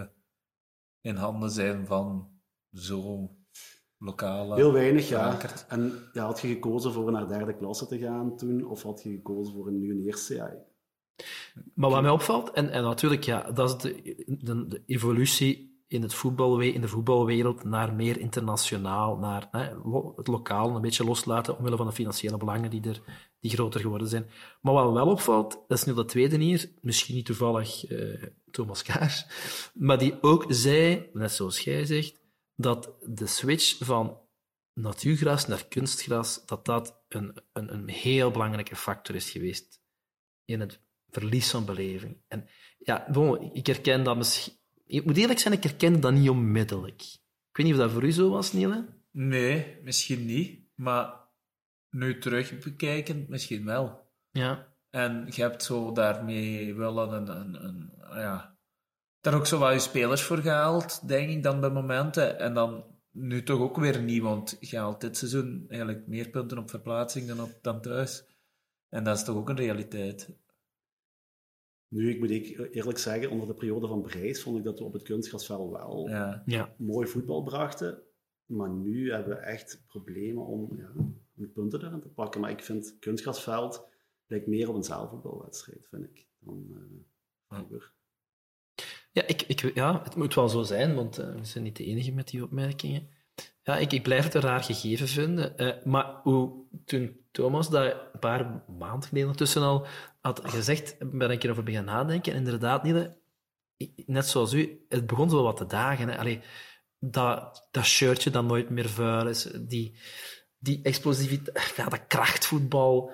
in handen zijn van zo lokale... Heel weinig, ja. En ja, had je gekozen voor naar derde klasse te gaan toen, of had je gekozen voor een nieuwe eerste? Ja. Maar wat mij opvalt, en, en natuurlijk, ja, dat is de, de, de evolutie in, het voetbalwe- in de voetbalwereld naar meer internationaal, naar hè, het lokaal een beetje loslaten, omwille van de financiële belangen die, er, die groter geworden zijn. Maar wat me wel opvalt, dat is nu de tweede hier, misschien niet toevallig uh, Thomas Kaars, maar die ook zei, net zoals jij zegt, dat de switch van natuurgras naar kunstgras, dat dat een, een, een heel belangrijke factor is geweest in het verlies van beleving. En ja, bon, ik herken dat misschien... Ik moet eerlijk zijn, ik herken dat niet onmiddellijk. Ik weet niet of dat voor u zo was, Niele? Nee, misschien niet. Maar nu terug bekijken, misschien wel. Ja. En je hebt zo daarmee wel een... een, een ja, daar ook zo wat je spelers voor gehaald, denk ik, dan bij momenten. En dan nu toch ook weer niet, want je haalt dit seizoen eigenlijk meer punten op verplaatsing dan, op, dan thuis. En dat is toch ook een realiteit. Nu, ik moet eerlijk zeggen, onder de periode van Brijs vond ik dat we op het kunstgrasveld wel ja. Ja. mooi voetbal brachten. Maar nu hebben we echt problemen om, ja, om punten erin te pakken. Maar ik vind kunstgrasveld lijkt meer op een zaalvoetbalwedstrijd, vind ik, dan uh, vroeger. Ja, ik, ik, ja, het moet wel zo zijn, want uh, we zijn niet de enige met die opmerkingen. Ja, ik, ik blijf het een raar gegeven vinden. Uh, maar hoe, toen Thomas dat een paar maanden geleden ondertussen al had gezegd, ben ik een keer over beginnen nadenken. En inderdaad, Niele, net zoals u, het begon zo wat te dagen. Hè. Allee, dat, dat shirtje dat nooit meer vuil is, die, die explosiviteit, ja, dat krachtvoetbal,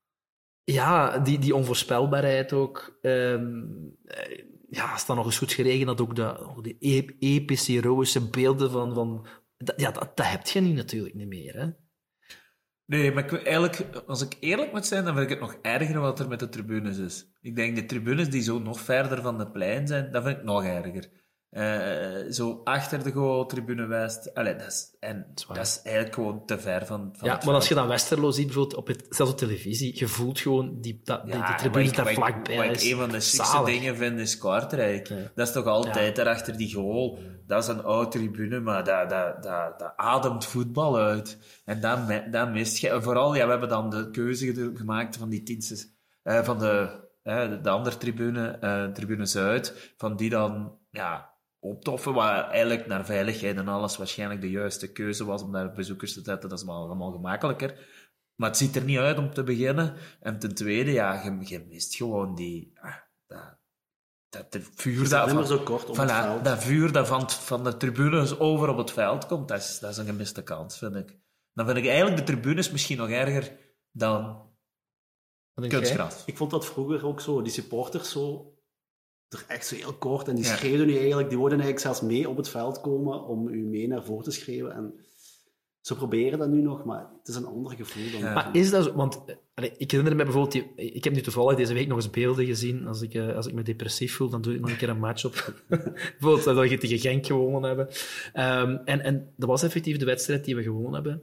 ja, die, die onvoorspelbaarheid ook. Um, ja, als het dan nog eens goed geregend had, ook de, die epische, heroïsche beelden van... van dat, ja, dat, dat heb je nu natuurlijk niet meer, hè. Nee, maar ik, eigenlijk, als ik eerlijk moet zijn, dan vind ik het nog erger wat er met de tribunes is. Ik denk, de tribunes die zo nog verder van de plein zijn, dat vind ik nog erger. Uh, zo achter de goal, tribune West. Allee, dat is, en dat is, dat is eigenlijk gewoon te ver van, van ja, maar als je dan Westerlo ziet, bijvoorbeeld op het, zelfs op televisie, je voelt gewoon die, dat, die, ja, die tribunes daar wat vlakbij. Wat ik een van de chicste dingen vind, is Kortrijk. Ja. Dat is toch altijd ja. daarachter die goal. Dat is een oude tribune, maar dat, dat, dat, dat ademt voetbal uit. En dat, dat mist je. En vooral, ja, we hebben dan de keuze gemaakt van die tienste, uh, van de, uh, de, de andere tribune, uh, tribune Zuid, van die dan, ja, optoffen, wat eigenlijk naar veiligheid en alles waarschijnlijk de juiste keuze was om daar bezoekers te zetten. Dat is wel allemaal gemakkelijker. Maar het ziet er niet uit om te beginnen. En ten tweede, ja, je, je mist gewoon die... Ah, dat, dat de vuur dat, van, zo kort op voilà, het veld. dat vuur dat van, van de tribunes over op het veld komt, dat is, dat is een gemiste kans, vind ik. Dan vind ik eigenlijk de tribunes misschien nog erger dan kunstgras. Ik vond dat vroeger ook zo, die supporters zo... er echt zo heel kort en die ja. schreeuwden nu eigenlijk, die worden eigenlijk zelfs mee op het veld komen om u mee naar voren te schreeuwen. En ze proberen dat nu nog, maar het is een ander gevoel dan. Ja. Maar is dat zo? Want allee, ik herinner me bijvoorbeeld, die, ik heb nu toevallig deze week nog eens beelden gezien. Als ik, uh, als ik me depressief voel, dan doe ik nog een keer een match op. Bijvoorbeeld dat we tegen Genk gewonnen hebben. Um, en, en dat was effectief de wedstrijd die we gewonnen hebben.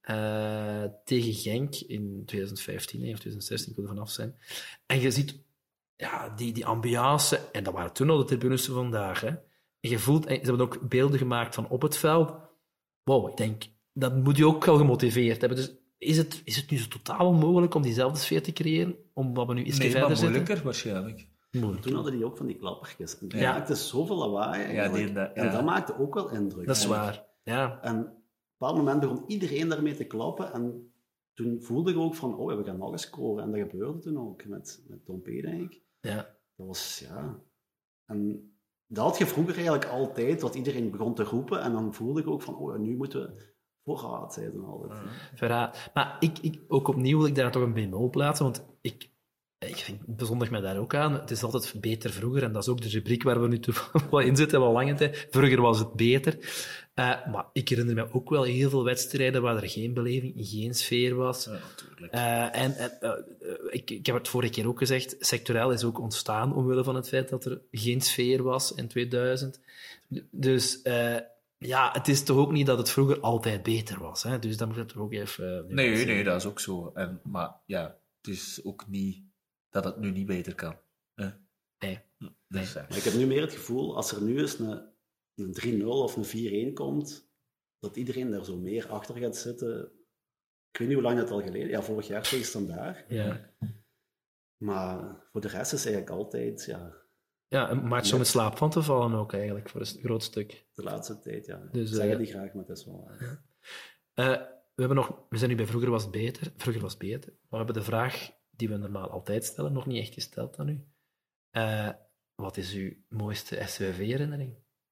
uh, tegen Genk in twintig vijftien of twintig zestien, ik wil er vanaf zijn. En je ziet ja, die, die ambiance, en dat waren toen al de tribunes van vandaag. Hè. En je voelt, en ze hebben ook beelden gemaakt van op het veld. Wow, ik denk, dat moet je ook wel gemotiveerd hebben. Dus is het, is het nu zo totaal onmogelijk om diezelfde sfeer te creëren? Om wat we nu iets nee, verder maar moeilijker zitten? waarschijnlijk. Moeilijk. Toen hadden die ook van die klappertjes. En dat Ja. maakte zoveel lawaai Ja, eigenlijk. die- dat- En ja. dat maakte ook wel indruk. Dat is eigenlijk. waar. Ja. En op een bepaald moment begon iedereen daarmee te klappen. En toen voelde ik ook van, oh, we gaan nog eens scoren. En dat gebeurde toen ook met, met Tom P, denk ik. Ja. Dat was, ja... En dat had je vroeger eigenlijk altijd, wat iedereen begon te roepen. En dan voelde ik ook van, oh, nu moeten we vooruit zijn. En altijd. Verraad. Maar ik, ik, ook opnieuw wil ik daar toch een B nul plaatsen, want ik, ik vind, bezondig mij daar ook aan. Het is altijd beter vroeger, en dat is ook de rubriek waar we nu toevallig wel in zitten, wel lange tijd. Vroeger was het beter. Uh, maar ik herinner me ook wel heel veel wedstrijden waar er geen beleving, geen sfeer was. Ja, natuurlijk. Uh, en en uh, uh, ik, ik heb het vorige keer ook gezegd, Sectorel is ook ontstaan omwille van het feit dat er geen sfeer was in tweeduizend. Dus... Uh, ja, het is toch ook niet dat het vroeger altijd beter was. Hè? Dus dat moet je toch ook even... Uh, nee, nee, dat is ook zo. En, maar ja, het is ook niet dat het nu niet beter kan. Hè? Nee. Dus, nee. Maar ik heb nu meer het gevoel, als er nu eens een, een drie nul of een vier een komt, dat iedereen daar zo meer achter gaat zitten. Ik weet niet hoe lang dat al geleden... Ja, vorig jaar tegen Standaard. Ja. Maar voor de rest is eigenlijk altijd... Ja, Ja, een match om in slaap van te vallen ook eigenlijk, voor een groot stuk. de laatste tijd, ja. Dus, Zeggen uh, die graag, maar het is wel waar. Uh, we, hebben nog, we zijn nu bij Vroeger was het beter. Vroeger was het beter. Maar we hebben de vraag die we normaal altijd stellen, nog niet echt gesteld aan u. Uh, wat is uw mooiste S W V-herinnering?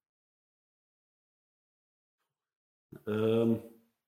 Um,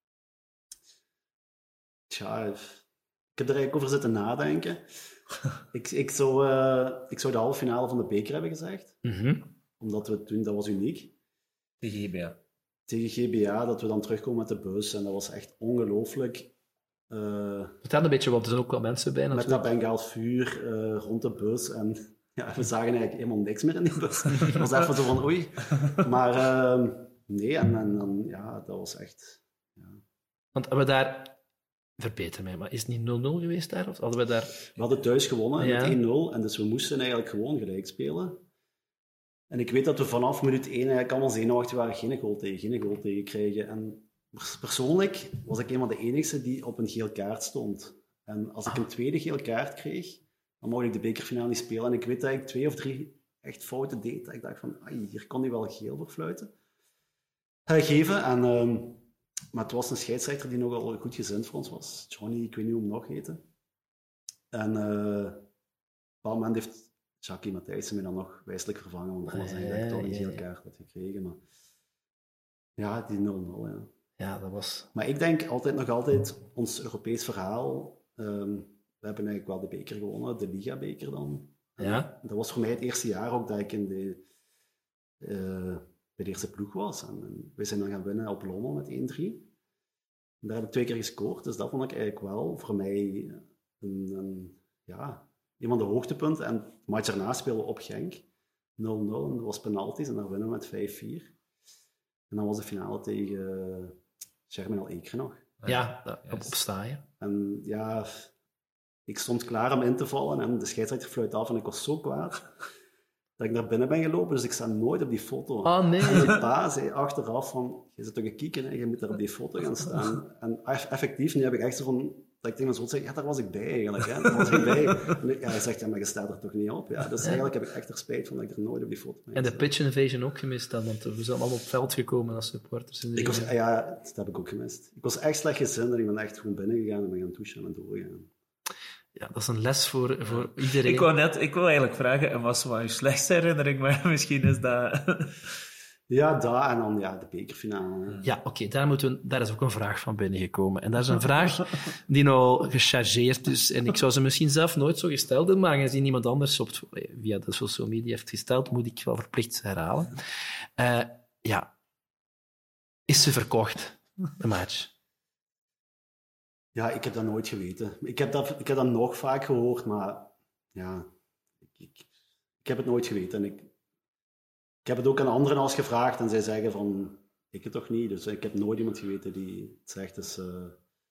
tja, ik heb er eigenlijk over zitten nadenken. ik, ik, zou, uh, ik zou de halve finale van de beker hebben gezegd. Mm-hmm. Omdat we toen, dat was uniek. Tegen G B A. Tegen G B A, dat we dan terugkomen met de bus. En dat was echt ongelooflijk. Uh, Vertel een beetje, want er zijn ook wel mensen bij. Met dat Bengaals vuur uh, rond de bus. En ja, we zagen eigenlijk helemaal niks meer in die bus. Het was even zo van, oei. Maar uh, nee, en, en, en ja, dat was echt... Ja. Want hebben we daar... Verbeter mij, maar is het niet nul nul geweest daar? Of hadden we daar... We hadden thuis gewonnen ja. met één nul. En dus we moesten eigenlijk gewoon gelijk spelen. En ik weet dat we vanaf minuut één eigenlijk allemaal zenuwachtig waren. Geen goal tegen, geen goal tegen krijgen. En persoonlijk was ik een van de enigste die op een geel kaart stond. En als ik een tweede geel kaart kreeg, dan mocht ik de bekerfinale niet spelen. En ik weet dat ik twee of drie echt fouten deed. Dat ik dacht van, ai, hier kon hij wel geel voor fluiten. Uh, geven. En, uh, maar het was een scheidsrechter die nogal goed gezind voor ons was. Johnny, ik weet niet hoe hem nog heette. En uh, op een bepaald moment heeft Jackie Matthijssen me dan nog wijselijk vervangen, want anders had ik toch een gele kaart had gekregen. Maar ja, die nul nul, ja. Ja, dat was... Maar ik denk altijd nog altijd, ons Europees verhaal, um, we hebben eigenlijk wel de beker gewonnen, de Liga-beker dan. Ja. Dat was voor mij het eerste jaar ook dat ik in de, uh, bij de eerste ploeg was. En, en we zijn dan gaan winnen op Lommel met één drie. Daar heb ik twee keer gescoord, dus dat vond ik eigenlijk wel voor mij een, een, ja, een van de hoogtepunten. En de match erna spelen we op Genk, nul nul, en dat was penalties en daar winnen we met vijf vier. En dan was de finale tegen Germinal Ekeren nog. Ja, ja op, op staaien. En ja, ik stond klaar om in te vallen en de scheidsrechter fluit af en ik was zo kwaad dat ik naar binnen ben gelopen, dus ik sta nooit op die foto. Oh nee. En de pa zei achteraf van, je zit toch een kieken en je moet daar op die foto gaan staan. En effectief, nu heb ik echt zo van, dat ik tegen mijn zoon zeg, ja, daar was ik bij eigenlijk. Hè. Daar was ik bij. En ja, hij zegt, ja, maar je staat er toch niet op. Ja, dus eigenlijk heb ik echt er spijt van dat ik er nooit op die foto ben. En de pitch invasion ook gemist dan, want we zijn allemaal op het veld gekomen als supporters. In de ik was, ja, dat heb ik ook gemist. Ik was echt slecht gezind en ik ben echt gewoon binnen gegaan en ben gaan douchen en doorgaan. Ja, dat is een les voor, voor iedereen. Ik wou net, ik wil eigenlijk vragen, en wat is wat je slechtste herinnering, maar misschien is dat... Ja, daar en dan ja, de bekerfinale. Ja, oké, okay, daar, moeten we, daar is ook een vraag van binnengekomen. En dat is een vraag die nou gechargeerd is. En ik zou ze misschien zelf nooit zo gesteld hebben, maar aangezien iemand anders op het, via de social media heeft gesteld, moet ik wel verplicht herhalen. Uh, ja, is ze verkocht, de match? Ja, ik heb dat nooit geweten. Ik heb dat, ik heb dat nog vaak gehoord, maar ja, ik, ik, ik heb het nooit geweten. En ik, ik heb het ook aan anderen als gevraagd en zij zeggen van, ik het toch niet. Dus ik heb nooit iemand geweten die het zegt. Dus uh,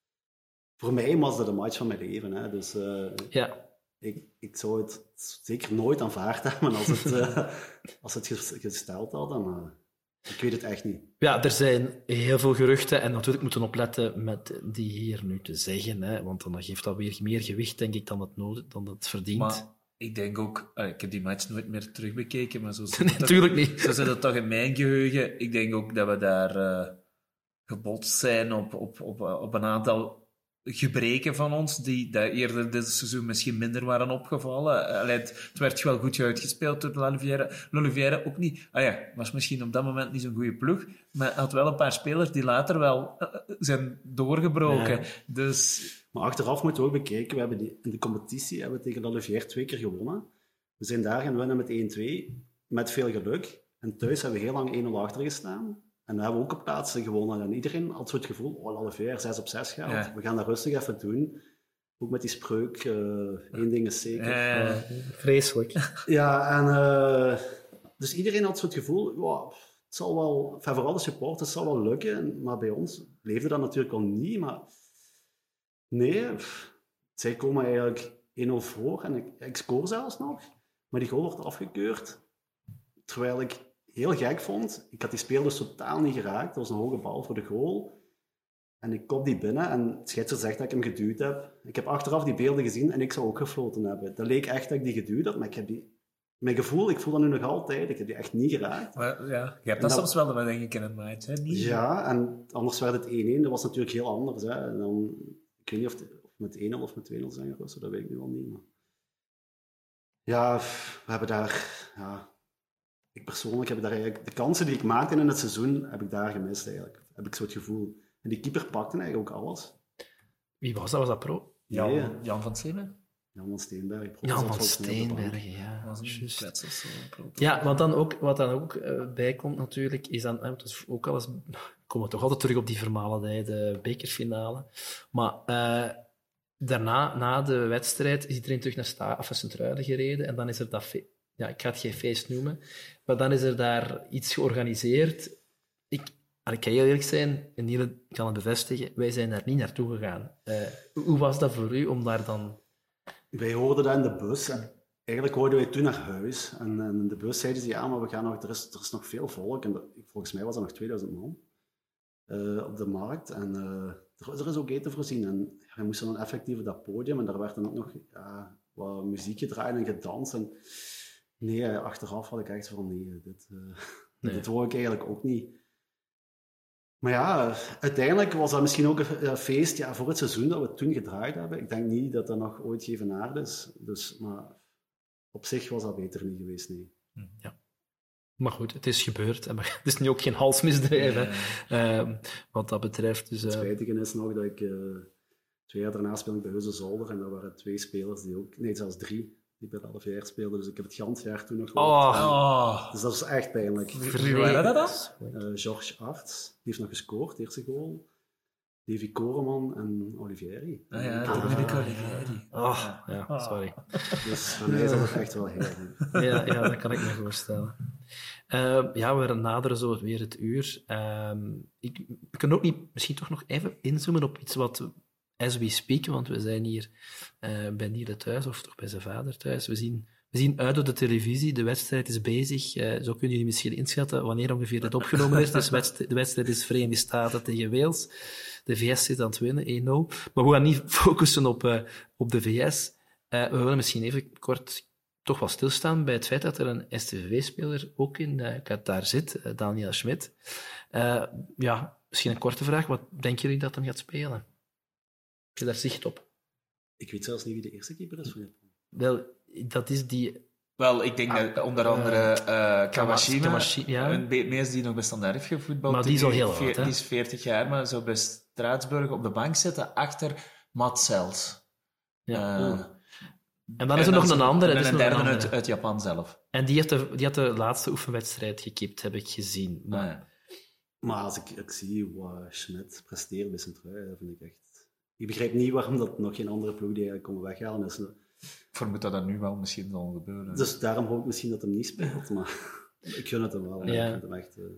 voor mij was dat een match van mijn leven. Hè. Dus uh, ja. ik, ik zou het zeker nooit aanvaard hebben als het, uh, als het gesteld hadden. Uh, ik weet het echt niet. Ja, er zijn heel veel geruchten en natuurlijk moeten we opletten met die hier nu te zeggen, hè, want dan geeft dat weer meer gewicht, denk ik, dan het, nodig, dan het verdient. Maar ik denk ook, uh, ik heb die match nooit meer terugbekeken, maar zo zit nee, het natuurlijk toch, niet. Zo zit het toch in mijn geheugen. Ik denk ook dat we daar uh, gebotst zijn op, op, op, op een aantal gebreken van ons, die, die eerder dit seizoen misschien minder waren opgevallen. Allee, het, het werd wel goed uitgespeeld door L'Olivière. L'Olivière ook niet. Ah ja, was misschien op dat moment niet zo'n goede ploeg, maar had wel een paar spelers die later wel uh, zijn doorgebroken. Ja. Dus... Maar achteraf moeten we ook bekijken, we hebben die, in de competitie hebben we tegen L'Olivière twee keer gewonnen. We zijn daar gaan winnen met één twee, met veel geluk. En thuis hebben we heel lang één nul achter gestaan. En we hebben ook op plaatsen gewonnen. En iedereen had zo het gevoel, oh, L'Olivière, zes op zes gaat. Ja. We gaan dat rustig even doen. Ook met die spreuk, uh, één ding is zeker. Ja, ja. Vreselijk. Ja, en uh, dus iedereen had zo het gevoel, wow, het zal wel, enfin, vooral de supporters, het zal wel lukken. Maar bij ons leefde dat natuurlijk al niet. Maar nee, pff, zij komen eigenlijk één nul voor. En ik, ik scoor zelfs nog. Maar die goal wordt afgekeurd. Terwijl ik heel gek vond. Ik had die spelers totaal niet geraakt. Dat was een hoge bal voor de goal. En ik kop die binnen en het scheidsrechter zegt dat ik hem geduwd heb. Ik heb achteraf die beelden gezien en ik zou ook gefloten hebben. Dat leek echt dat ik die geduwd had, maar ik heb die... Mijn gevoel, ik voel dat nu nog altijd. Ik heb die echt niet geraakt. Maar, ja, je hebt dat, dat soms wel, denk ik, in een match. Hè? Niet... Ja, en anders werd het één één. Dat was natuurlijk heel anders. Hè. En dan, ik weet niet of het of met één nul of met twee nul zijn geweest. Dat weet ik nu al niet. Maar... Ja, we hebben daar... Ja... Ik persoonlijk heb daar eigenlijk... De kansen die ik maakte in het seizoen, heb ik daar gemist eigenlijk. Heb ik zo het gevoel. En die keeper pakte eigenlijk ook alles. Wie was dat? Was dat pro? Jan, nee. Jan van Stenen? Jan van Steenberg. Jan van Steenberg, ja. Dat was een kwetsels, ja, wat dan ook, wat dan ook uh, bijkomt natuurlijk, is dan... Dat is ook alles... Komen we toch altijd terug op die vermalendij, de bekerfinale. Maar uh, daarna, na de wedstrijd, is iedereen terug naar Sta of Sint-Truiden gereden. En dan is er dat... Fe- ja, ik ga het geen feest noemen. Maar dan is er daar iets georganiseerd. Ik... Maar ik kan heel eerlijk zijn, en Niele kan het bevestigen, wij zijn daar niet naartoe gegaan. Uh, hoe was dat voor u om daar dan... Wij hoorden dat in de bus. En eigenlijk hoorden wij toen naar huis. En, en in de bus zeiden ze, ja, maar we gaan nog, er, is, er is nog veel volk. En dat, volgens mij was er nog tweeduizend man uh, op de markt. En uh, er, er is ook eten voorzien. En we moesten dan effectief op dat podium. En daar werd dan ook nog ja, wat muziek gedraaid en gedanst. En nee, achteraf had ik echt van, nee, dit, uh, nee. dit wou ik eigenlijk ook niet. Maar ja, uiteindelijk was dat misschien ook een feest ja, voor het seizoen dat we toen gedraaid hebben. Ik denk niet dat dat nog ooit geëvenaard is. Dus, maar op zich was dat beter niet geweest, nee. Ja. Maar goed, het is gebeurd. En het is nu ook geen halsmisdrijf, ja, ja. Uh, wat dat betreft. Dus, uh... Het spijtige is nog dat ik... Uh, twee jaar daarna speelde ik bij Heuse Zolder en dat waren twee spelers die ook... Nee, zelfs drie. Die bij L'Olivière speelden, dus ik heb het ganse jaar toen nog gehoord. Oh. Oh. Dus dat is echt pijnlijk. Wie waren dat dan? Uh, Georges Arts, die heeft nog gescoord, de eerste goal. Davy Koreman en Olivieri. Ah ja, dat ben ik Olivieri. Oh, ja, sorry. Dus voor mij is dat echt wel heel goed. Ja, ja, dat kan ik me voorstellen. Uh, ja, we naderen zo weer het uur. Uh, ik, we kunnen ook niet, misschien toch nog even inzoomen op iets wat... As we speak, want we zijn hier uh, bij Niele thuis, of toch bij zijn vader thuis. We zien, we zien uit op de televisie, de wedstrijd is bezig. Uh, zo kunnen jullie misschien inschatten wanneer ongeveer het opgenomen is. Dus wedstrijd, de wedstrijd is Verenigde Staten tegen Wales. De V S zit aan het winnen, één nul. Maar we gaan niet focussen op, uh, op de V S. Uh, we willen misschien even kort toch wel stilstaan bij het feit dat er een S T V V-speler ook in uh, Qatar zit, uh, Daniel Schmidt. Uh, ja, misschien een korte vraag. Wat denken jullie dat hem gaat spelen? Heb je daar zicht op? Ik weet zelfs niet wie de eerste keeper is van Japan. Wel, dat is die... Wel, ik denk ah, dat onder andere uh, Kawashima, Kawashima ja. een meest die nog bij Standaard heeft gevoetbald. Maar die is al heel oud, Die is veertig jaar, maar zo bij Straatsburg op de bank zitten achter Mats Sels. Ja. Uh, en dan en is er nog een andere. En een, een derde een uit, uit Japan zelf. En die had de, die had de laatste oefenwedstrijd gekipt, heb ik gezien. Maar, ah, ja. maar als ik, ik zie wat Schmidt presteert bij Sint-Truiden, vind ik echt... Ik begrijp niet waarom dat nog geen andere ploeg die eigenlijk komen weghalen is. Ik vermoed dat dat nu wel misschien zal gebeuren. Dus daarom hoop ik misschien dat hem niet speelt, maar ik gun het hem wel. Ja. Ik vind hem echt, uh...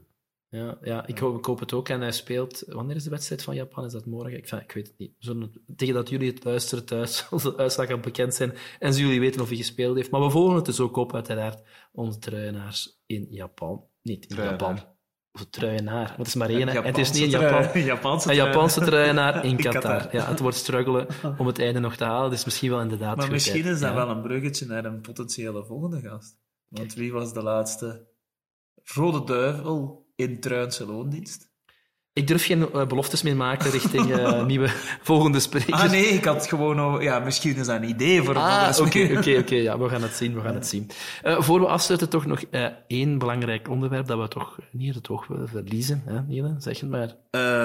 Ja, ja ik, hoop, ik hoop het ook. En hij speelt... Wanneer is de wedstrijd van Japan? Is dat morgen? Ik, ik weet het niet. Zullen, tegen dat jullie het luisteren thuis, als de uitslag al bekend zijn, en zullen jullie weten of hij gespeeld heeft. Maar we volgen het dus ook op, uiteraard, onze truienaars in Japan. Niet in Truienaar. Japan. Of een truienaar. Want het is maar één. Een En het is niet in Japanse Japan. trui- Japanse Een trui- Japanse truienaar in In Qatar. Qatar. Ja, het wordt struggelen om het einde nog te halen. Dus misschien wel inderdaad... Maar goed, misschien hè. is dat Ja. wel een bruggetje naar een potentiële volgende gast. Want wie was de laatste Rode Duivel in Truinse loondienst? Ik durf geen uh, beloftes meer maken richting uh, nieuwe volgende sprekers. Ah nee, ik had gewoon... over- Ja, misschien is dat een idee voor een Ah, volgende oké, spreker. oké, oké. Ja, we gaan het zien, we gaan het zien. Uh, voor we afsluiten, toch nog uh, één belangrijk onderwerp dat we toch niet het oog willen verliezen. Hè, Niele? Zeg het maar.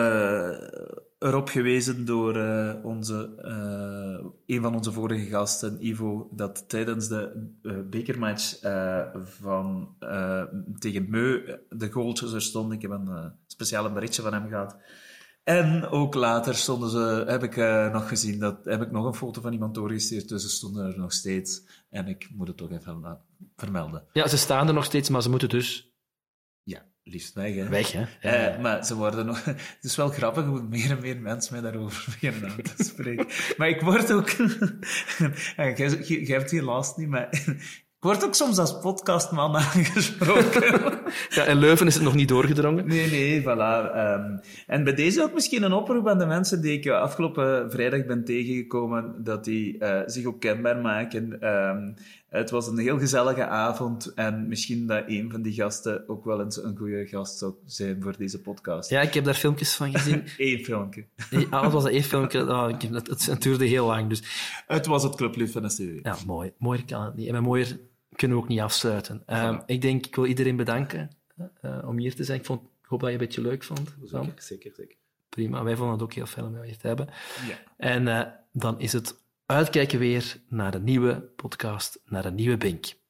Uh, erop gewezen door uh, onze, uh, een van onze vorige gasten, Ivo, dat tijdens de uh, bekermatch uh, van, uh, tegen Meu de goaltjes er stonden. Ik heb een uh, speciale berichtje van hem gehad. En ook later stonden ze, heb ik uh, nog gezien, dat heb ik nog een foto van iemand doorgestuurd, dus ze stonden er nog steeds. En ik moet het toch even uh, vermelden. Ja, ze staan er nog steeds, maar ze moeten dus Ja, liefst weg, hè. weg, hè. Eh, maar ze worden nog... Het is wel grappig hoe meer en meer mensen mij daarover beginnen aan te spreken. Maar ik word ook... Jij jij hebt hier last niet, maar... Ik word ook soms als podcastman aangesproken. Ja, in Leuven is het nog niet doorgedrongen. Nee, nee, voilà. Um, en bij deze ook misschien een oproep aan de mensen die ik afgelopen vrijdag ben tegengekomen, dat die uh, zich ook kenbaar maken. Um, het was een heel gezellige avond en misschien dat een van die gasten ook wel eens een goede gast zou zijn voor deze podcast. Ja, ik heb daar filmpjes van gezien. Eén filmpje. Ah, wat was dat één filmpje? Oh, ik, het, het, het duurde heel lang, dus... Het was het clublied van de S T V. Ja, mooi. Mooier kan het niet. En met mooier kunnen we ook niet afsluiten. Um, ik denk, ik wil iedereen bedanken uh, om hier te zijn. Ik, vond, ik hoop dat je het een beetje leuk vond. Sam. Zeker, zeker, zeker. Prima. Wij vonden het ook heel fijn om jou hier te hebben. Ja. En uh, dan is het uitkijken weer naar een nieuwe podcast, naar een nieuwe Bink.